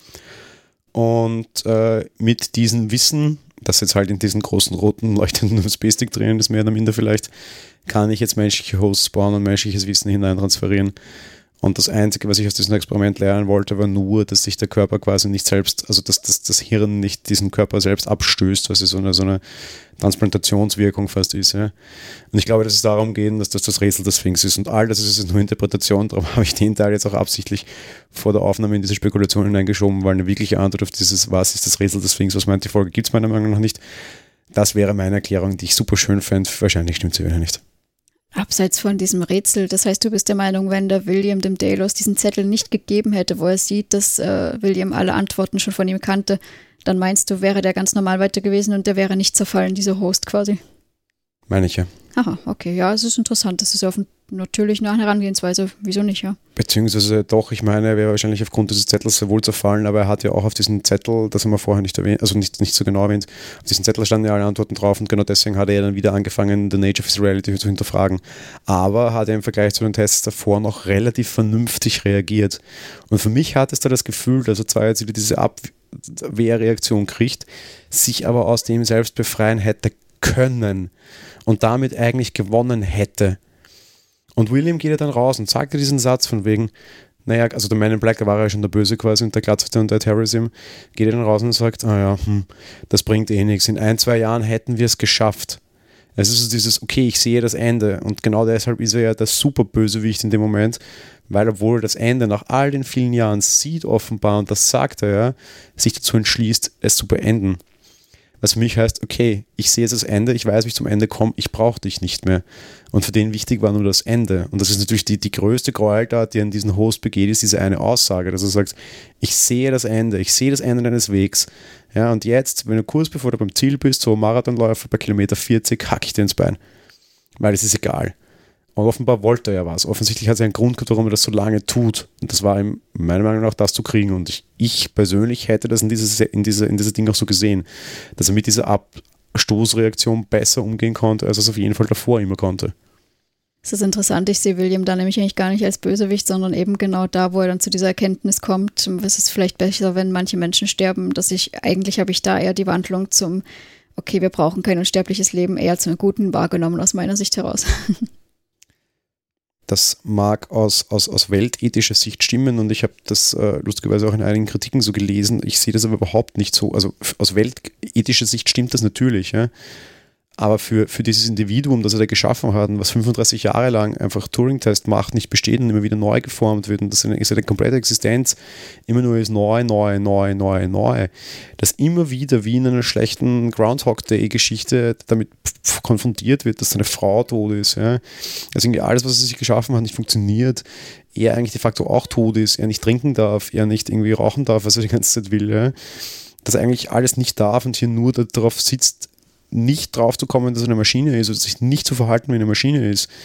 Und äh, mit diesem Wissen, das jetzt halt in diesen großen roten leuchtenden Space-Stick drinnen ist, mehr oder minder vielleicht, kann ich jetzt menschliche Hosts bauen und menschliches Wissen hineintransferieren. Und das Einzige, was ich aus diesem Experiment lernen wollte, war nur, dass sich der Körper quasi nicht selbst, also dass, dass das Hirn nicht diesen Körper selbst abstößt, was so eine, so eine Transplantationswirkung fast ist. Ja. Und ich glaube, dass es darum geht, dass das das Rätsel der Sphinx ist. Und all das ist nur Interpretation, darum habe ich den Teil jetzt auch absichtlich vor der Aufnahme in diese Spekulation hineingeschoben, weil eine wirkliche Antwort auf dieses, was ist das Rätsel der Sphinx, was meint die Folge, gibt es meiner Meinung nach nicht. Das wäre meine Erklärung, die ich super schön fände. Wahrscheinlich stimmt sie wieder nicht. Abseits von diesem Rätsel, das heißt, du bist der Meinung, wenn der William dem Delos diesen Zettel nicht gegeben hätte, wo er sieht, dass äh, William alle Antworten schon von ihm kannte, dann meinst du, wäre der ganz normal weiter gewesen und der wäre nicht zerfallen, dieser Host quasi? Meine ich ja. Aha, okay, ja, es ist interessant, das ist ja auf natürlich eine Herangehensweise, wieso nicht, ja? Beziehungsweise doch, ich meine, er wäre wahrscheinlich aufgrund dieses Zettels sehr wohl zerfallen, aber er hat ja auch auf diesen Zettel, das haben wir vorher nicht erwähnt, also nicht, nicht so genau erwähnt, auf diesen Zettel standen ja alle Antworten drauf und genau deswegen hat er dann wieder angefangen, the nature of his reality zu hinterfragen. Aber hat er im Vergleich zu den Tests davor noch relativ vernünftig reagiert. Und für mich hat es da das Gefühl, dass er zwar jetzt wieder diese Abwehrreaktion kriegt, sich aber aus dem selbst befreien hätte können und damit eigentlich gewonnen hätte. Und William geht ja dann raus und sagt diesen Satz von wegen, naja, also der Man in Black, da war ja schon der Böse quasi und der Glatzte und der Terrorism, geht ja dann raus und sagt, ah ja, hm, das bringt eh nichts. In ein, zwei Jahren hätten wir es geschafft. Es ist so dieses, okay, ich sehe das Ende. Und genau deshalb ist er ja der super Bösewicht in dem Moment, weil obwohl das Ende nach all den vielen Jahren sieht offenbar, und das sagt er ja, sich dazu entschließt, es zu beenden. Was für mich heißt, okay, ich sehe jetzt das Ende, ich weiß, wie ich zum Ende komme, ich brauche dich nicht mehr. Und für den wichtig war nur das Ende. Und das ist natürlich die, die größte Gräueltat, die an diesen Host begeht, ist diese eine Aussage, dass er sagt, ich sehe das Ende, ich sehe das Ende deines Wegs. Ja, und jetzt, wenn du kurz bevor du beim Ziel bist, so Marathonläufer bei Kilometer vierzig, hack ich dir ins Bein. Weil es ist egal. Und offenbar wollte er ja was. Offensichtlich hat er einen Grund gehabt, warum er das so lange tut. Und das war ihm, meiner Meinung nach, das zu kriegen. Und ich, ich persönlich hätte das in dieses, in, diese, in dieses Ding auch so gesehen, dass er mit dieser Abstoßreaktion besser umgehen konnte, als er es auf jeden Fall davor immer konnte. Das ist interessant. Ich sehe William da nämlich eigentlich gar nicht als Bösewicht, sondern eben genau da, wo er dann zu dieser Erkenntnis kommt. Es ist vielleicht besser, wenn manche Menschen sterben, dass ich, eigentlich habe ich da eher die Wandlung zum, okay, wir brauchen kein unsterbliches Leben, eher zu einem Guten wahrgenommen aus meiner Sicht heraus. Das mag aus, aus, aus weltethischer Sicht stimmen und ich habe das äh, lustigerweise auch in einigen Kritiken so gelesen. Ich sehe das aber überhaupt nicht so. Also aus weltethischer Sicht stimmt das natürlich, ja. Aber für, für dieses Individuum, das er da geschaffen hat und was fünfunddreißig Jahre lang einfach Turing-Test macht, nicht besteht und immer wieder neu geformt wird und das ist eine komplette Existenz immer nur ist neu, neu, neu, neu, neu, dass immer wieder wie in einer schlechten Groundhog Day-Geschichte damit konfrontiert wird, dass seine Frau tot ist. Ja. Also irgendwie alles, was er sich geschaffen hat, nicht funktioniert, er eigentlich de facto auch tot ist, er nicht trinken darf, er nicht irgendwie rauchen darf, was er die ganze Zeit will. Ja. Dass er eigentlich alles nicht darf und hier nur darauf sitzt, nicht drauf zu kommen, dass er eine Maschine ist oder sich nicht zu verhalten, wie eine Maschine ist,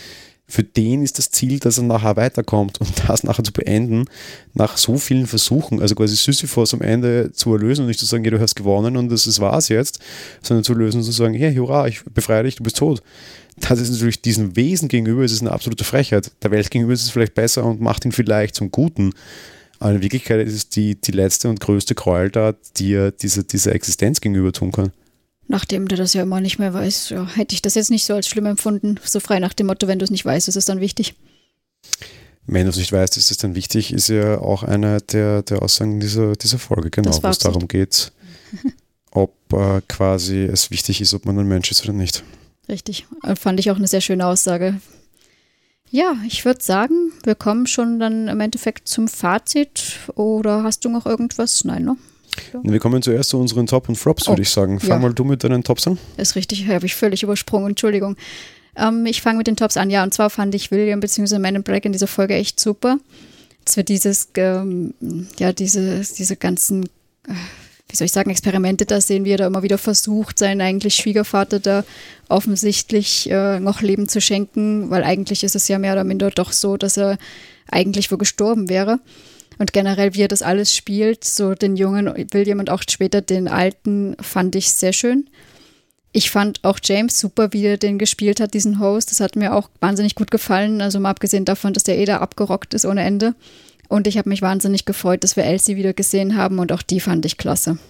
für den ist das Ziel, dass er nachher weiterkommt und das nachher zu beenden, nach so vielen Versuchen, also quasi Sisyphos am Ende zu erlösen und nicht zu sagen, ja, du hast gewonnen und das ist war's jetzt, sondern zu lösen und zu sagen, hey, hurra, ich befreie dich, du bist tot. Das ist natürlich diesem Wesen gegenüber, es ist eine absolute Frechheit. Der Welt gegenüber ist es vielleicht besser und macht ihn vielleicht zum Guten. Aber in Wirklichkeit ist es die, die letzte und größte Gräueltat, die er dieser, dieser Existenz gegenüber tun kann. Nachdem der das ja immer nicht mehr weiß, ja, hätte ich das jetzt nicht so als schlimm empfunden. So frei nach dem Motto, wenn du es nicht weißt, ist es dann wichtig. Wenn du es nicht weißt, ist es dann wichtig, ist ja auch eine der, der Aussagen dieser, dieser Folge, genau, wo es darum geht, ob äh, quasi es wichtig ist, ob man ein Mensch ist oder nicht. Richtig, fand ich auch eine sehr schöne Aussage. Ja, ich würde sagen, wir kommen schon dann im Endeffekt zum Fazit. Oder hast du noch irgendwas? Nein, ne? Ja. Wir kommen zuerst zu unseren Top und Flops, würde oh, ich sagen. Fang ja. mal du mit deinen Tops an. Ist richtig, habe ich völlig übersprungen, Entschuldigung. Ähm, ich fange mit den Tops an. Ja, und zwar fand ich William bzw. Man in Black in dieser Folge echt super. Dass wir dieses, ähm, ja, diese, diese ganzen, äh, wie soll ich sagen, Experimente da sehen, wie er da immer wieder versucht, seinen eigentlich Schwiegervater da offensichtlich äh, noch Leben zu schenken, weil eigentlich ist es ja mehr oder minder doch so, dass er eigentlich wohl gestorben wäre. Und generell, wie er das alles spielt, so den jungen William und auch später den alten, fand ich sehr schön. Ich fand auch James super, wie er den gespielt hat, diesen Host. Das hat mir auch wahnsinnig gut gefallen, also mal abgesehen davon, dass der eh da abgerockt ist ohne Ende. Und ich habe mich wahnsinnig gefreut, dass wir Elsie wieder gesehen haben und auch die fand ich klasse.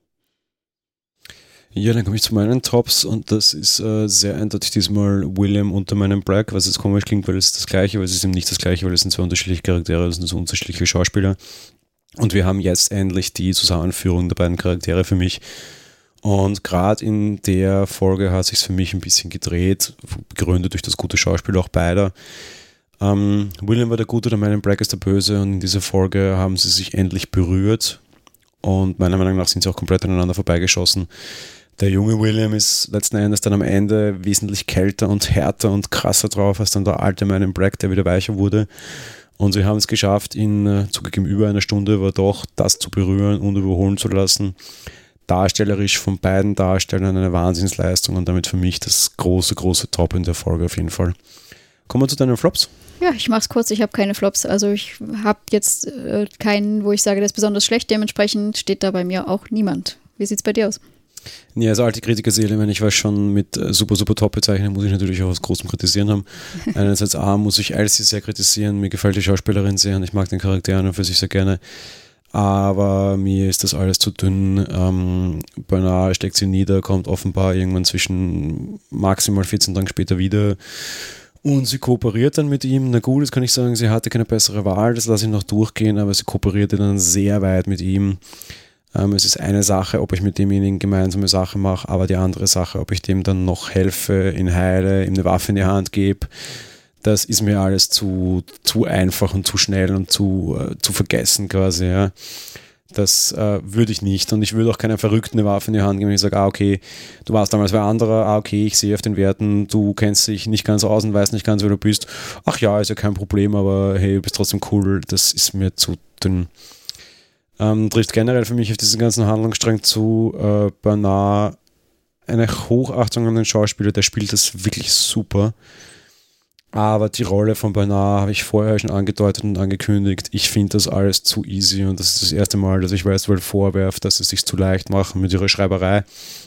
Ja, dann komme ich zu meinen Tops und das ist äh, sehr eindeutig diesmal William unter meinem Black, was jetzt komisch klingt, weil es ist das Gleiche, aber es ist eben nicht das Gleiche, weil es sind zwei unterschiedliche Charaktere, es sind so unterschiedliche Schauspieler und wir haben jetzt endlich die Zusammenführung der beiden Charaktere für mich und gerade in der Folge hat es sich für mich ein bisschen gedreht, begründet durch das gute Schauspiel auch beider. Ähm, William war der Gute, der Man in Black ist der Böse und in dieser Folge haben sie sich endlich berührt und meiner Meinung nach sind sie auch komplett aneinander vorbeigeschossen. Der junge William ist letzten Endes dann am Ende wesentlich kälter und härter und krasser drauf als dann der alte Man in Black, der wieder weicher wurde. Und sie haben es geschafft, ihn zugegeben über einer Stunde aber doch das zu berühren und überholen zu lassen. Darstellerisch von beiden Darstellern eine Wahnsinnsleistung und damit für mich das große, große Top in der Folge auf jeden Fall. Kommen wir zu deinen Flops? Ja, ich mach's kurz, ich habe keine Flops. Also ich habe jetzt äh, keinen, wo ich sage, der ist besonders schlecht. Dementsprechend steht da bei mir auch niemand. Wie sieht's bei dir aus? Ja, also alte Kritikerseele, wenn ich was schon mit super, super top bezeichne, muss ich natürlich auch was Großem kritisieren haben. Einerseits A, muss ich Elsie sehr kritisieren, mir gefällt die Schauspielerin sehr und ich mag den Charakter an und für sich sehr gerne, aber mir ist das alles zu dünn. Ähm, beinahe steckt sie nieder, kommt offenbar irgendwann zwischen maximal vierzehn Tagen später wieder und sie kooperiert dann mit ihm. Na gut, jetzt kann ich sagen, sie hatte keine bessere Wahl, das lasse ich noch durchgehen, aber sie kooperierte dann sehr weit mit ihm. Es ist eine Sache, ob ich mit demjenigen gemeinsame Sache mache, aber die andere Sache, ob ich dem dann noch helfe, ihn heile, ihm eine Waffe in die Hand gebe, das ist mir alles zu, zu einfach und zu schnell und zu, äh, zu vergessen quasi. Ja. Das äh, würde ich nicht und ich würde auch keiner Verrückten eine Waffe in die Hand geben, wenn ich sage, ah okay, du warst damals wer anderer, ah okay, ich sehe auf den Werten, du kennst dich nicht ganz aus und weißt nicht ganz, wer du bist. Ach ja, ist ja kein Problem, aber hey, du bist trotzdem cool, das ist mir zu dünn. Ähm, trifft generell für mich auf diesen ganzen Handlungsstrang zu. Äh, Bernard, eine Hochachtung an den Schauspieler, der spielt das wirklich super. Aber die Rolle von Bernard habe ich vorher schon angedeutet und angekündigt. Ich finde das alles zu easy und das ist das erste Mal, dass ich Westworld vorwerfe, dass sie es sich zu leicht machen mit ihrer Schreiberei.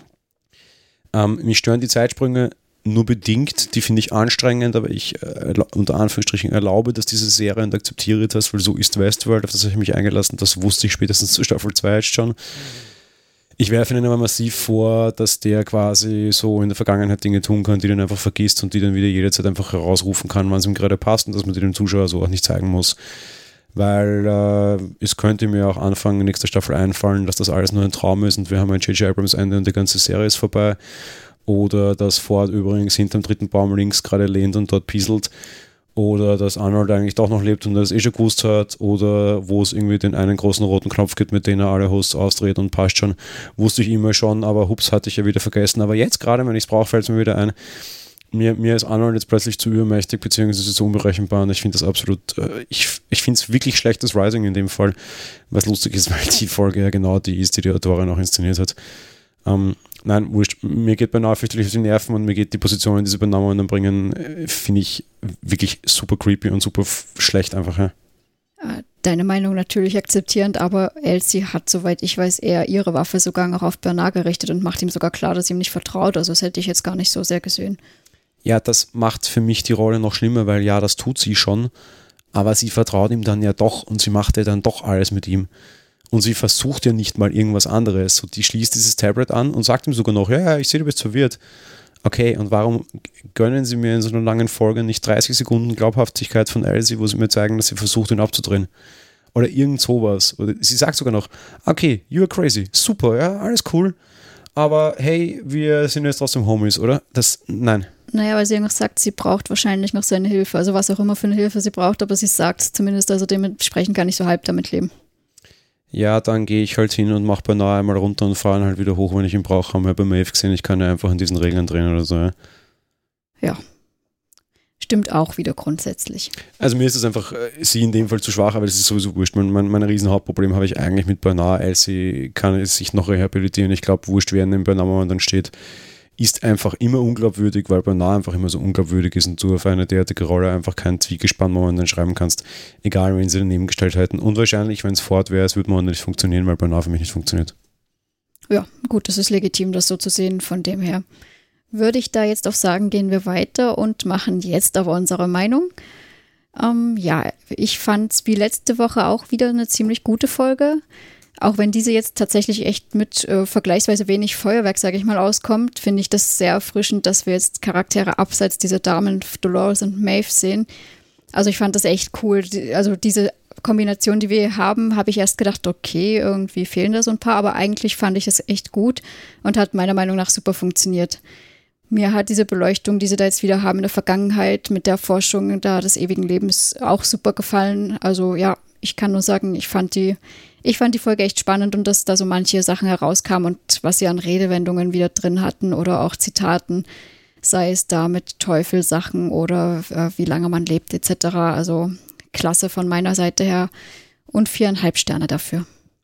Ähm, mich stören die Zeitsprünge nur bedingt, die finde ich anstrengend, aber ich äh, unter Anführungsstrichen erlaube, dass diese Serie und akzeptiere das, weil so ist Westworld, auf das habe ich mich eingelassen, das wusste ich spätestens zu Staffel zwei jetzt schon. Ich werfe ihnen aber massiv vor, dass der quasi so in der Vergangenheit Dinge tun kann, die dann einfach vergisst und die dann wieder jederzeit einfach herausrufen kann, wann es ihm gerade passt und dass man die dem Zuschauer so auch nicht zeigen muss. Weil äh, es könnte mir auch Anfang nächster Staffel einfallen, dass das alles nur ein Traum ist und wir haben ein J J Abrams Ende und die ganze Serie ist vorbei. Oder dass Ford übrigens hinterm dritten Baum links gerade lehnt und dort pieselt. Oder dass Arnold eigentlich doch noch lebt und das eh schon gewusst hat. Oder wo es irgendwie den einen großen roten Knopf gibt, mit dem er alle Hosts ausdreht und passt schon. Wusste ich immer schon, aber hups, hatte ich ja wieder vergessen. Aber jetzt gerade, wenn ich es brauche, fällt es mir wieder ein. Mir, mir ist Arnold jetzt plötzlich zu übermächtig, beziehungsweise zu unberechenbar. Und ich finde das absolut, äh, ich, ich finde es wirklich schlechtes Writing in dem Fall. Was lustig ist, weil die Folge ja genau die ist, die die Autorin auch inszeniert hat. Ähm, nein, wurscht. Mir geht Bernard fürchterlich auf die Nerven und mir geht die Positionen, die sie bei Namen bringen, äh, finde ich wirklich super creepy und super f- schlecht einfach. Ja. Deine Meinung natürlich akzeptierend, aber Elsie hat, soweit ich weiß, eher ihre Waffe sogar noch auf Bernard gerichtet und macht ihm sogar klar, dass sie ihm nicht vertraut. Also das hätte ich jetzt gar nicht so sehr gesehen. Ja, das macht für mich die Rolle noch schlimmer, weil ja, das tut sie schon, aber sie vertraut ihm dann ja doch und sie macht ja dann doch alles mit ihm. Und sie versucht ja nicht mal irgendwas anderes. So, die schließt dieses Tablet an und sagt ihm sogar noch, ja, ja, ich sehe, du bist verwirrt. Okay, und warum gönnen sie mir in so einer langen Folge nicht dreißig Sekunden Glaubhaftigkeit von Elsie, wo sie mir zeigen, dass sie versucht, ihn abzudrehen? Oder irgend sowas. Oder sie sagt sogar noch, okay, you're crazy, super, ja, alles cool, aber hey, wir sind jetzt trotzdem Homies, oder? Das, nein. Naja, weil sie ja noch sagt, sie braucht wahrscheinlich noch seine Hilfe, also was auch immer für eine Hilfe sie braucht, aber sie sagt es zumindest, also dementsprechend kann ich so halb damit leben. Ja, dann gehe ich halt hin und mache Bernard einmal runter und fahre ihn halt wieder hoch, wenn ich ihn brauche. Haben wir bei Maeve gesehen, ich kann ja einfach in diesen Regeln drehen oder so. Ja. Ja, stimmt auch wieder grundsätzlich. Also mir ist es einfach, sie in dem Fall zu schwach, aber das ist sowieso wurscht. Mein, mein, mein Riesenhauptproblem habe ich eigentlich mit Bernard. Elsie kann es sich noch rehabilitieren. Ich glaube, wurscht, wer in dem Bernard man dann steht, ist einfach immer unglaubwürdig, weil Bernard einfach immer so unglaubwürdig ist und du auf eine derartige Rolle einfach kein Zwiegespann man dann schreiben kannst, egal wen sie daneben gestellt hätten. Und wahrscheinlich, wenn es Ford wäre, es würde man nicht funktionieren, weil Bernard für mich nicht funktioniert. Ja, gut, das ist legitim, das so zu sehen. Von dem her würde ich da jetzt auch sagen, gehen wir weiter und machen jetzt aber unsere Meinung. Ähm, ja, ich fand es wie letzte Woche auch wieder eine ziemlich gute Folge. Auch wenn diese jetzt tatsächlich echt mit äh, vergleichsweise wenig Feuerwerk, sage ich mal, auskommt, finde ich das sehr erfrischend, dass wir jetzt Charaktere abseits dieser Damen, Dolores und Maeve, sehen. Also ich fand das echt cool. Also diese Kombination, die wir hier haben, habe ich erst gedacht, okay, irgendwie fehlen da so ein paar, aber eigentlich fand ich es echt gut und hat meiner Meinung nach super funktioniert. Mir hat diese Beleuchtung, die sie da jetzt wieder haben in der Vergangenheit mit der Forschung da des ewigen Lebens auch super gefallen. Also ja, ich kann nur sagen, ich fand die Ich fand die Folge echt spannend und dass da so manche Sachen herauskamen und was sie an Redewendungen wieder drin hatten oder auch Zitaten, sei es da mit Teufelsachen oder äh, wie lange man lebt et cetera. Also klasse von meiner Seite her und viereinhalb Sterne dafür.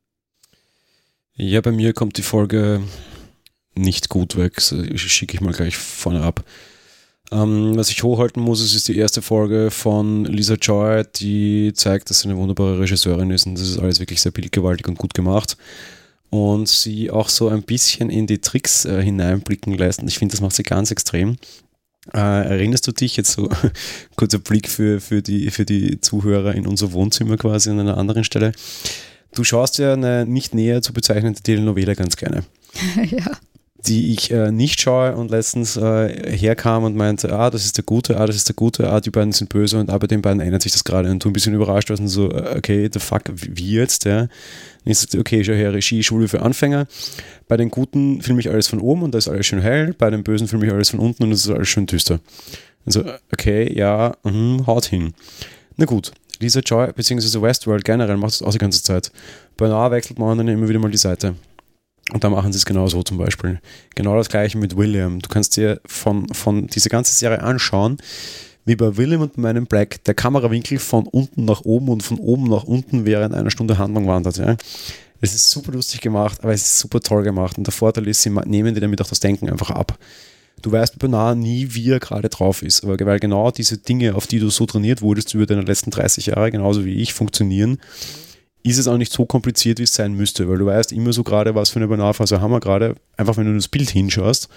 Ja, bei mir kommt die Folge nicht gut weg, so schicke ich mal gleich vorne ab. Ähm, was ich hochhalten muss, ist, ist die erste Folge von Lisa Joy, die zeigt, dass sie eine wunderbare Regisseurin ist und das ist alles wirklich sehr bildgewaltig und gut gemacht. Und sie auch so ein bisschen in die Tricks äh, hineinblicken lässt und ich finde, das macht sie ganz extrem. Äh, erinnerst du dich jetzt so, kurzer Blick für, für, die, für die Zuhörer in unser Wohnzimmer quasi an einer anderen Stelle. Du schaust ja eine nicht näher zu bezeichnende Telenovela ganz gerne. Ja. Die ich äh, nicht schaue und letztens äh, herkam und meinte, ah, das ist der Gute, ah, das ist der Gute, ah, die beiden sind böse und ah, bei den beiden ändert sich das gerade und du ein bisschen überrascht warst und so, okay, the fuck, wie jetzt, ja? Und ich sagte, okay, schau her, Regie, Schule für Anfänger. Bei den Guten filme ich alles von oben und da ist alles schön hell, bei den Bösen filme ich alles von unten und es ist alles schön düster. Also, okay, ja, mh, haut hin. Na gut, Lisa Joy, beziehungsweise Westworld generell macht das auch die ganze Zeit. Bei Noah wechselt man dann immer wieder mal die Seite. Und da machen sie es genau so zum Beispiel. Genau das gleiche mit William. Du kannst dir von, von diese ganze Serie anschauen, wie bei William und Man in Black der Kamerawinkel von unten nach oben und von oben nach unten während einer Stunde Handlung wandert. Ja. Es ist super lustig gemacht, aber es ist super toll gemacht. Und der Vorteil ist, sie nehmen dir damit auch das Denken einfach ab. Du weißt beinahe nie, wie er gerade drauf ist. Aber weil genau diese Dinge, auf die du so trainiert wurdest über deine letzten dreißig Jahre, genauso wie ich, funktionieren, ist es auch nicht so kompliziert, wie es sein müsste, weil du weißt immer so gerade, was für eine Banalphase haben wir gerade, einfach wenn du das Bild hinschaust,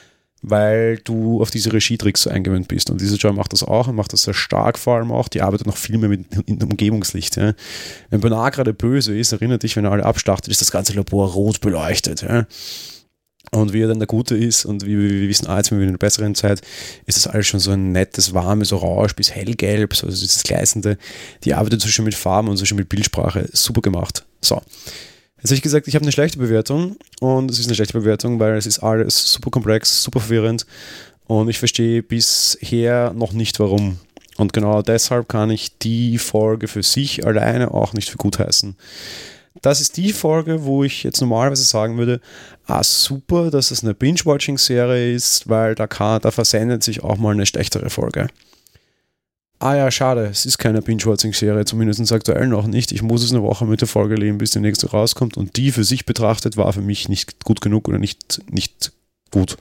weil du auf diese Regietricks so eingewöhnt bist. Und diese Joy macht das auch und macht das sehr stark vor allem auch. Die arbeitet noch viel mehr mit Umgebungslicht. Ja. Wenn Bernard gerade böse ist, erinnert dich, wenn er alle abschlachtet, ist das ganze Labor rot beleuchtet. Ja. Und wie er dann der Gute ist und wie wir wissen, ah, jetzt sind wir in einer besseren Zeit, ist das alles schon so ein nettes, warmes Orange bis hellgelb, so also dieses Gleißende. Die arbeitet so schon mit Farben und so schon mit Bildsprache. Super gemacht. So. Jetzt habe ich gesagt, ich habe eine schlechte Bewertung und es ist eine schlechte Bewertung, weil es ist alles super komplex, super verwirrend und ich verstehe bisher noch nicht warum. Und genau deshalb kann ich die Folge für sich alleine auch nicht für gut heißen. Das ist die Folge, wo ich jetzt normalerweise sagen würde, ah super, dass es eine Binge-Watching-Serie ist, weil da, kann, da versendet sich auch mal eine schlechtere Folge. ah ja, schade, es ist keine Binge-Watching-Serie, zumindest aktuell noch nicht. Ich muss es eine Woche mit der Folge leben, bis die nächste rauskommt. Und die für sich betrachtet war für mich nicht gut genug oder nicht, nicht gut.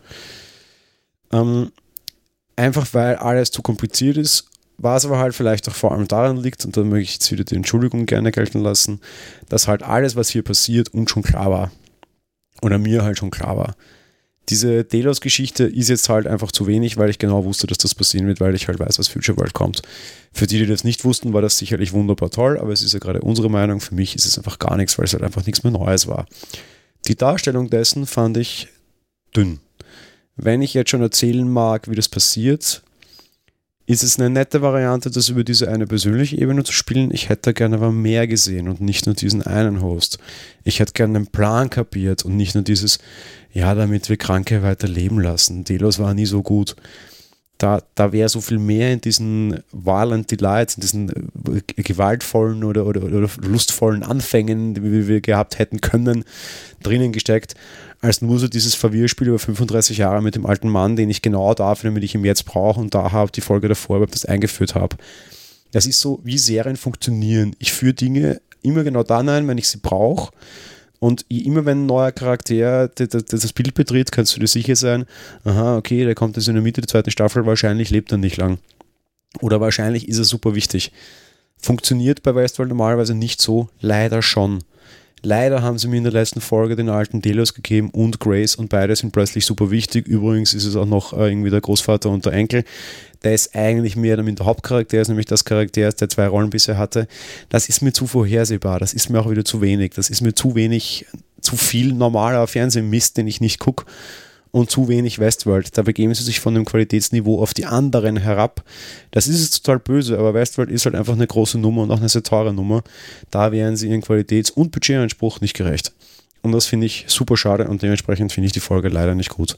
Ähm, einfach weil alles zu kompliziert ist, was aber halt vielleicht auch vor allem daran liegt, und da möchte ich jetzt wieder die Entschuldigung gerne gelten lassen, dass halt alles, was hier passiert, uns schon klar war. Oder mir halt schon klar war. Diese Delos-Geschichte ist jetzt halt einfach zu wenig, weil ich genau wusste, dass das passieren wird, weil ich halt weiß, was Future World kommt. Für die, die das nicht wussten, war das sicherlich wunderbar toll, aber es ist ja gerade unsere Meinung. Für mich ist es einfach gar nichts, weil es halt einfach nichts mehr Neues war. Die Darstellung dessen fand ich dünn. Wenn ich jetzt schon erzählen mag, wie das passiert, ist es eine nette Variante, das über diese eine persönliche Ebene zu spielen. Ich hätte gerne aber mehr gesehen und nicht nur diesen einen Host. Ich hätte gerne einen Plan kapiert und nicht nur dieses, ja, damit wir Kranke weiter leben lassen. Delos war nie so gut. Da, da wäre so viel mehr in diesen violent delights, in diesen gewaltvollen oder, oder, oder lustvollen Anfängen, die wir gehabt hätten können, drinnen gesteckt, als nur so dieses Verwirrspiel über fünfunddreißig Jahre mit dem alten Mann, den ich genau dafür, damit ich ihn jetzt brauche und da habe, die Folge davor, weil ich das eingeführt habe. Das ist so, wie Serien funktionieren. Ich führe Dinge immer genau dann ein, wenn ich sie brauche. Und immer wenn ein neuer Charakter das Bild betritt, kannst du dir sicher sein, aha, okay, der kommt jetzt in der Mitte der zweiten Staffel, wahrscheinlich lebt er nicht lang. Oder wahrscheinlich ist er super wichtig. Funktioniert bei Westworld normalerweise nicht so, leider schon. Leider haben sie mir in der letzten Folge den alten Delos gegeben und Grace und beide sind plötzlich super wichtig. Übrigens ist es auch noch irgendwie der Großvater und der Enkel. Der ist eigentlich mehr oder minder Hauptcharakter, ist nämlich das Charakter, der zwei Rollen bisher hatte. Das ist mir zu vorhersehbar, das ist mir auch wieder zu wenig. Das ist mir zu wenig, zu viel normaler Fernsehmist, den ich nicht gucke. Und zu wenig Westworld. Da begeben sie sich von dem Qualitätsniveau auf die anderen herab. Das ist jetzt total böse, aber Westworld ist halt einfach eine große Nummer und auch eine sehr teure Nummer. Da wären sie ihren Qualitäts- und Budgetanspruch nicht gerecht. Und das finde ich super schade und dementsprechend finde ich die Folge leider nicht gut.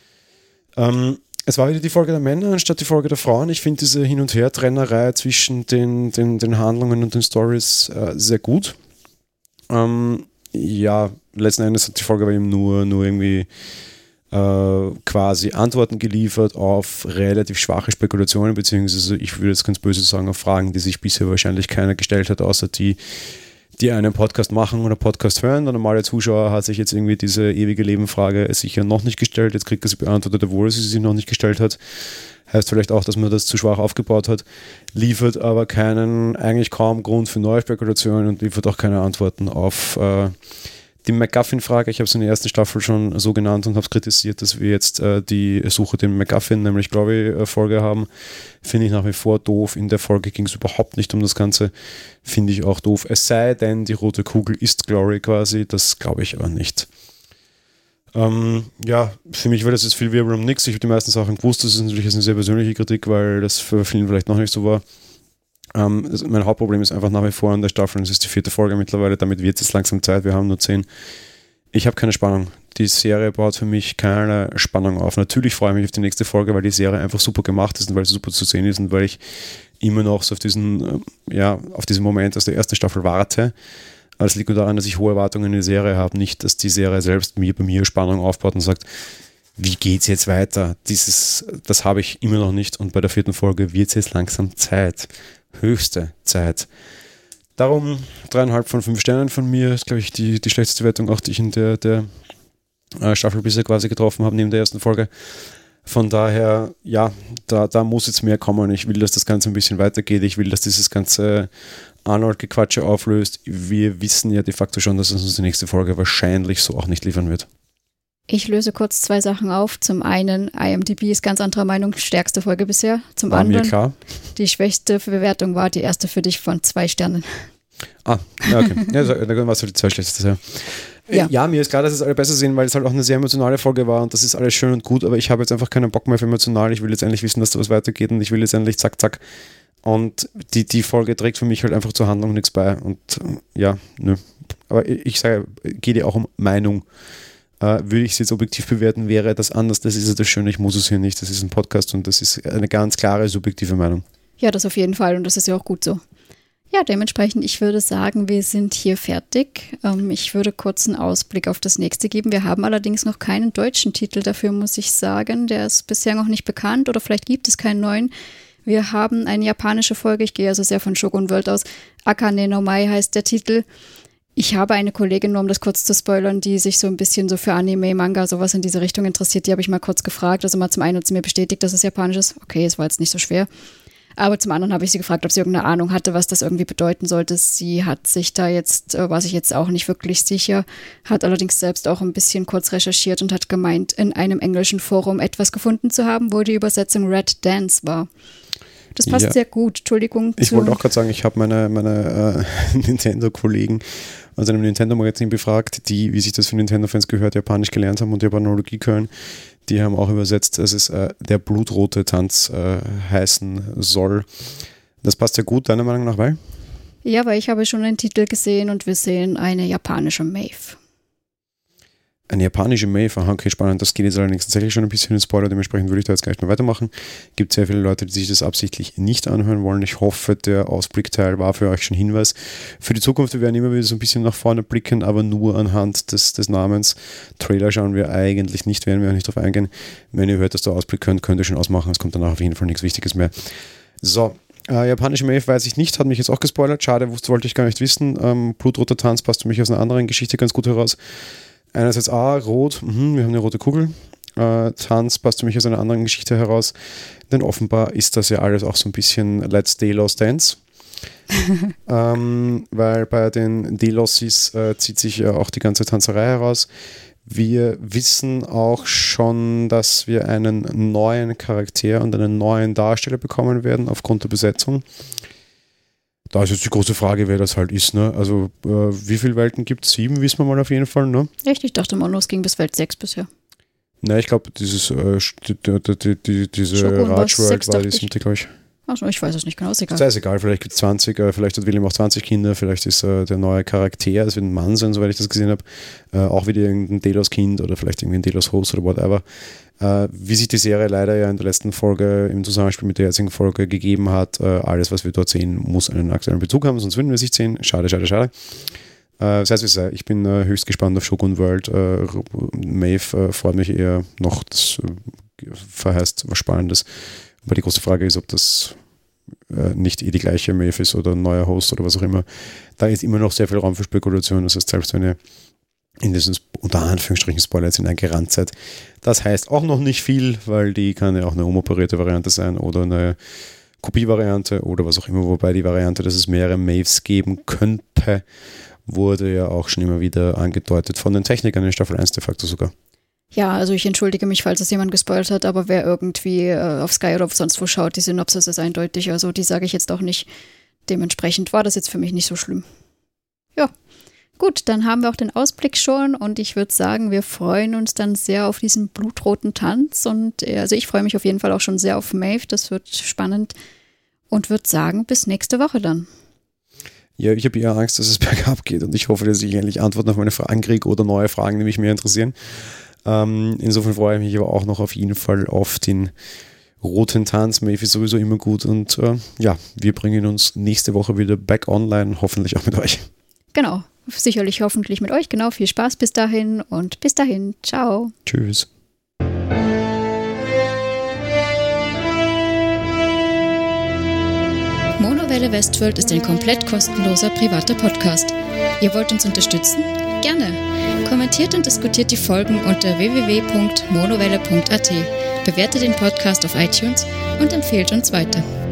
Ähm, es war wieder die Folge der Männer anstatt die Folge der Frauen. Ich finde diese Hin- und Her-Trennerei zwischen den, den, den Handlungen und den Stories äh, sehr gut. Ähm, ja, letzten Endes hat die Folge aber eben nur, nur irgendwie Äh, quasi Antworten geliefert auf relativ schwache Spekulationen, beziehungsweise ich würde jetzt ganz böse sagen, auf Fragen, die sich bisher wahrscheinlich keiner gestellt hat, außer die, die einen Podcast machen oder Podcast hören. Der normale Zuschauer hat sich jetzt irgendwie diese ewige Lebenfrage sicher noch nicht gestellt, jetzt kriegt er sie beantwortet, obwohl er sie sich noch nicht gestellt hat. Heißt vielleicht auch, dass man das zu schwach aufgebaut hat, liefert aber keinen, eigentlich kaum Grund für neue Spekulationen und liefert auch keine Antworten auf äh, die MacGuffin-Frage. Ich habe es in der ersten Staffel schon so genannt und habe es kritisiert, dass wir jetzt äh, die Suche den MacGuffin, nämlich Glory-Folge haben. Finde ich nach wie vor doof. In der Folge ging es überhaupt nicht um das Ganze. Finde ich auch doof. Es sei denn, die rote Kugel ist Glory quasi. Das glaube ich aber nicht. Ähm, ja, für mich war das jetzt viel Wirbel um nichts. Ich habe die meisten Sachen gewusst. Das ist natürlich jetzt eine sehr persönliche Kritik, weil das für vielen vielleicht noch nicht so war. Um, also mein Hauptproblem ist einfach nach wie vor an der Staffel, es ist die vierte Folge mittlerweile, damit wird es jetzt langsam Zeit, wir haben nur zehn. Ich habe keine Spannung. Die Serie baut für mich keine Spannung auf. Natürlich freue ich mich auf die nächste Folge, weil die Serie einfach super gemacht ist und weil sie super zu sehen ist und weil ich immer noch so auf diesen, ja, auf diesen Moment aus der ersten Staffel warte. Aber es liegt nur daran, dass ich hohe Erwartungen in die Serie habe, nicht, dass die Serie selbst mir bei mir Spannung aufbaut und sagt, wie geht's jetzt weiter? Dieses, das habe ich immer noch nicht und bei der vierten Folge wird es jetzt langsam Zeit. Höchste Zeit. Darum dreieinhalb von fünf Sternen von mir. Das ist, glaube ich, die, die schlechteste Wertung, auch die ich in der, der äh, Staffel bisher quasi getroffen habe, neben der ersten Folge. Von daher, ja, da, da muss jetzt mehr kommen. Ich will, dass das Ganze ein bisschen weitergeht. Ich will, dass dieses ganze Arnold-Gequatsche auflöst. Wir wissen ja de facto schon, dass es uns die nächste Folge wahrscheinlich so auch nicht liefern wird. Ich löse kurz zwei Sachen auf. Zum einen, I M D B ist ganz anderer Meinung, stärkste Folge bisher. Zum war anderen, mir klar. Die schwächste Bewertung war die erste für dich von zwei Sternen. Ah, ja, okay. Ja, dann war es halt die zwei schlechteste. Ja. ja, mir ist klar, dass es alle besser sehen, weil es halt auch eine sehr emotionale Folge war und das ist alles schön und gut, aber ich habe jetzt einfach keinen Bock mehr für emotional. Ich will jetzt endlich wissen, dass da was weitergeht und ich will jetzt endlich zack, zack. Und die, die Folge trägt für mich halt einfach zur Handlung nichts bei und ja, nö. Aber ich sage, geht ja auch um Meinung. Uh, würde ich es jetzt objektiv bewerten, wäre das anders. Das ist ja das Schöne, ich muss es hier nicht. Das ist ein Podcast und das ist eine ganz klare, subjektive Meinung. Ja, das auf jeden Fall und das ist ja auch gut so. Ja, dementsprechend, ich würde sagen, wir sind hier fertig. Ähm, ich würde kurz einen Ausblick auf das nächste geben. Wir haben allerdings noch keinen deutschen Titel dafür, muss ich sagen. Der ist bisher noch nicht bekannt oder vielleicht gibt es keinen neuen. Wir haben eine japanische Folge, ich gehe also sehr von Shogun World aus. Akane no Mai heißt der Titel. Ich habe eine Kollegin, nur um das kurz zu spoilern, die sich so ein bisschen so für Anime, Manga, sowas in diese Richtung interessiert. Die habe ich mal kurz gefragt. Also mal zum einen hat sie mir bestätigt, dass es japanisch ist. Okay, es war jetzt nicht so schwer. Aber zum anderen habe ich sie gefragt, ob sie irgendeine Ahnung hatte, was das irgendwie bedeuten sollte. Sie hat sich da jetzt, war sich jetzt auch nicht wirklich sicher, hat allerdings selbst auch ein bisschen kurz recherchiert und hat gemeint, in einem englischen Forum etwas gefunden zu haben, wo die Übersetzung Red Dance war. Das passt ja sehr gut. Entschuldigung. Ich wollte auch gerade sagen, ich habe meine, meine äh, Nintendo-Kollegen aus einem Nintendo-Magazin befragt, die, wie sich das für Nintendo-Fans gehört, Japanisch gelernt haben und Japanologie können. Die haben auch übersetzt, dass es äh, der blutrote Tanz äh, heißen soll. Das passt ja gut, deiner Meinung nach, weil? Ja, weil ich habe schon den Titel gesehen und wir sehen eine japanische Maeve. Eine japanische Maeve, aha, okay, spannend. Das geht jetzt allerdings tatsächlich schon ein bisschen in Spoiler, dementsprechend würde ich da jetzt gar nicht mehr weitermachen. Es gibt sehr viele Leute, die sich das absichtlich nicht anhören wollen. Ich hoffe, der Ausblickteil war für euch schon Hinweis. Für die Zukunft, wir werden immer wieder so ein bisschen nach vorne blicken, aber nur anhand des, des Namens. Trailer schauen wir eigentlich nicht, werden wir auch nicht drauf eingehen. Wenn ihr hört, dass der Ausblick könnt, könnt ihr schon ausmachen. Es kommt danach auf jeden Fall nichts Wichtiges mehr. So, äh, japanische Maeve weiß ich nicht, hat mich jetzt auch gespoilert. Schade, das wollte ich gar nicht wissen. Ähm, blutroter Tanz passt für mich aus einer anderen Geschichte ganz gut heraus. Einerseits A, rot, mh, wir haben eine rote Kugel. Äh, Tanz passt für mich aus einer anderen Geschichte heraus. Denn offenbar ist das ja alles auch so ein bisschen Let's Delos Dance. ähm, weil bei den Delossis äh, zieht sich ja auch die ganze Tanzerei heraus. Wir wissen auch schon, dass wir einen neuen Charakter und einen neuen Darsteller bekommen werden aufgrund der Besetzung. Da ist jetzt die große Frage, wer das halt ist. Ne? Also äh, wie viele Welten gibt es? Sieben, wissen wir mal auf jeden Fall. Ne? Echt? Ich dachte mal, es ging bis Welt sechs bisher. Nein, ich glaube, dieses äh, die, die, die, diese Raj-World war die siebte, glaube ich. Achso, ich weiß es nicht genau, ist egal. Das ist egal, vielleicht gibt es zwanzig, äh, vielleicht hat William auch zwanzig Kinder, vielleicht ist äh, der neue Charakter, es wird ein Mann sein, soweit ich das gesehen habe, äh, auch wieder irgendein Delos-Kind oder vielleicht irgendwie ein Delos-Host oder whatever. Äh, wie sich die Serie leider ja in der letzten Folge im Zusammenspiel mit der jetzigen Folge gegeben hat, äh, alles, was wir dort sehen, muss einen aktuellen Bezug haben, sonst würden wir es nicht sehen. Schade, schade, schade. Äh, das heißt, wie es sei, ich bin äh, höchst gespannt auf Shogun World. Äh, Maeve äh, freut mich eher noch, das äh, verheißt was Spannendes. Aber die große Frage ist, ob das äh, nicht eh die gleiche Maeve ist oder ein neuer Host oder was auch immer. Da ist immer noch sehr viel Raum für Spekulation. Das heißt, selbst wenn ihr in diesen unter Anführungsstrichen Spoiler jetzt hineingerannt seid, das heißt auch noch nicht viel, weil die kann ja auch eine umoperierte Variante sein oder eine Kopievariante oder was auch immer, wobei die Variante, dass es mehrere Maeves geben könnte, wurde ja auch schon immer wieder angedeutet von den Technikern in Staffel eins de facto sogar. Ja, also ich entschuldige mich, falls es jemand gespoilt hat, aber wer irgendwie äh, auf Sky oder auf sonst wo schaut, die Synopsis ist eindeutig, also die sage ich jetzt auch nicht. Dementsprechend war das jetzt für mich nicht so schlimm. Ja, gut, dann haben wir auch den Ausblick schon und ich würde sagen, wir freuen uns dann sehr auf diesen blutroten Tanz und äh, also ich freue mich auf jeden Fall auch schon sehr auf Maeve, das wird spannend und würde sagen, bis nächste Woche dann. Ja, ich habe eher Angst, dass es bergab geht und ich hoffe, dass ich endlich Antworten auf meine Fragen kriege oder neue Fragen, die mich mehr interessieren. Ähm, insofern freue ich mich aber auch noch auf jeden Fall auf den roten Tanz. Maeve ist sowieso immer gut und äh, ja, wir bringen uns nächste Woche wieder back online, hoffentlich auch mit euch. Genau, sicherlich hoffentlich mit euch, genau, viel Spaß bis dahin und bis dahin, ciao. Tschüss. Monowelle Westworld ist ein komplett kostenloser privater Podcast. Ihr wollt uns unterstützen? Gerne. Kommentiert und diskutiert die Folgen unter w w w punkt monowelle punkt a t. Bewertet den Podcast auf iTunes und empfehlt uns weiter.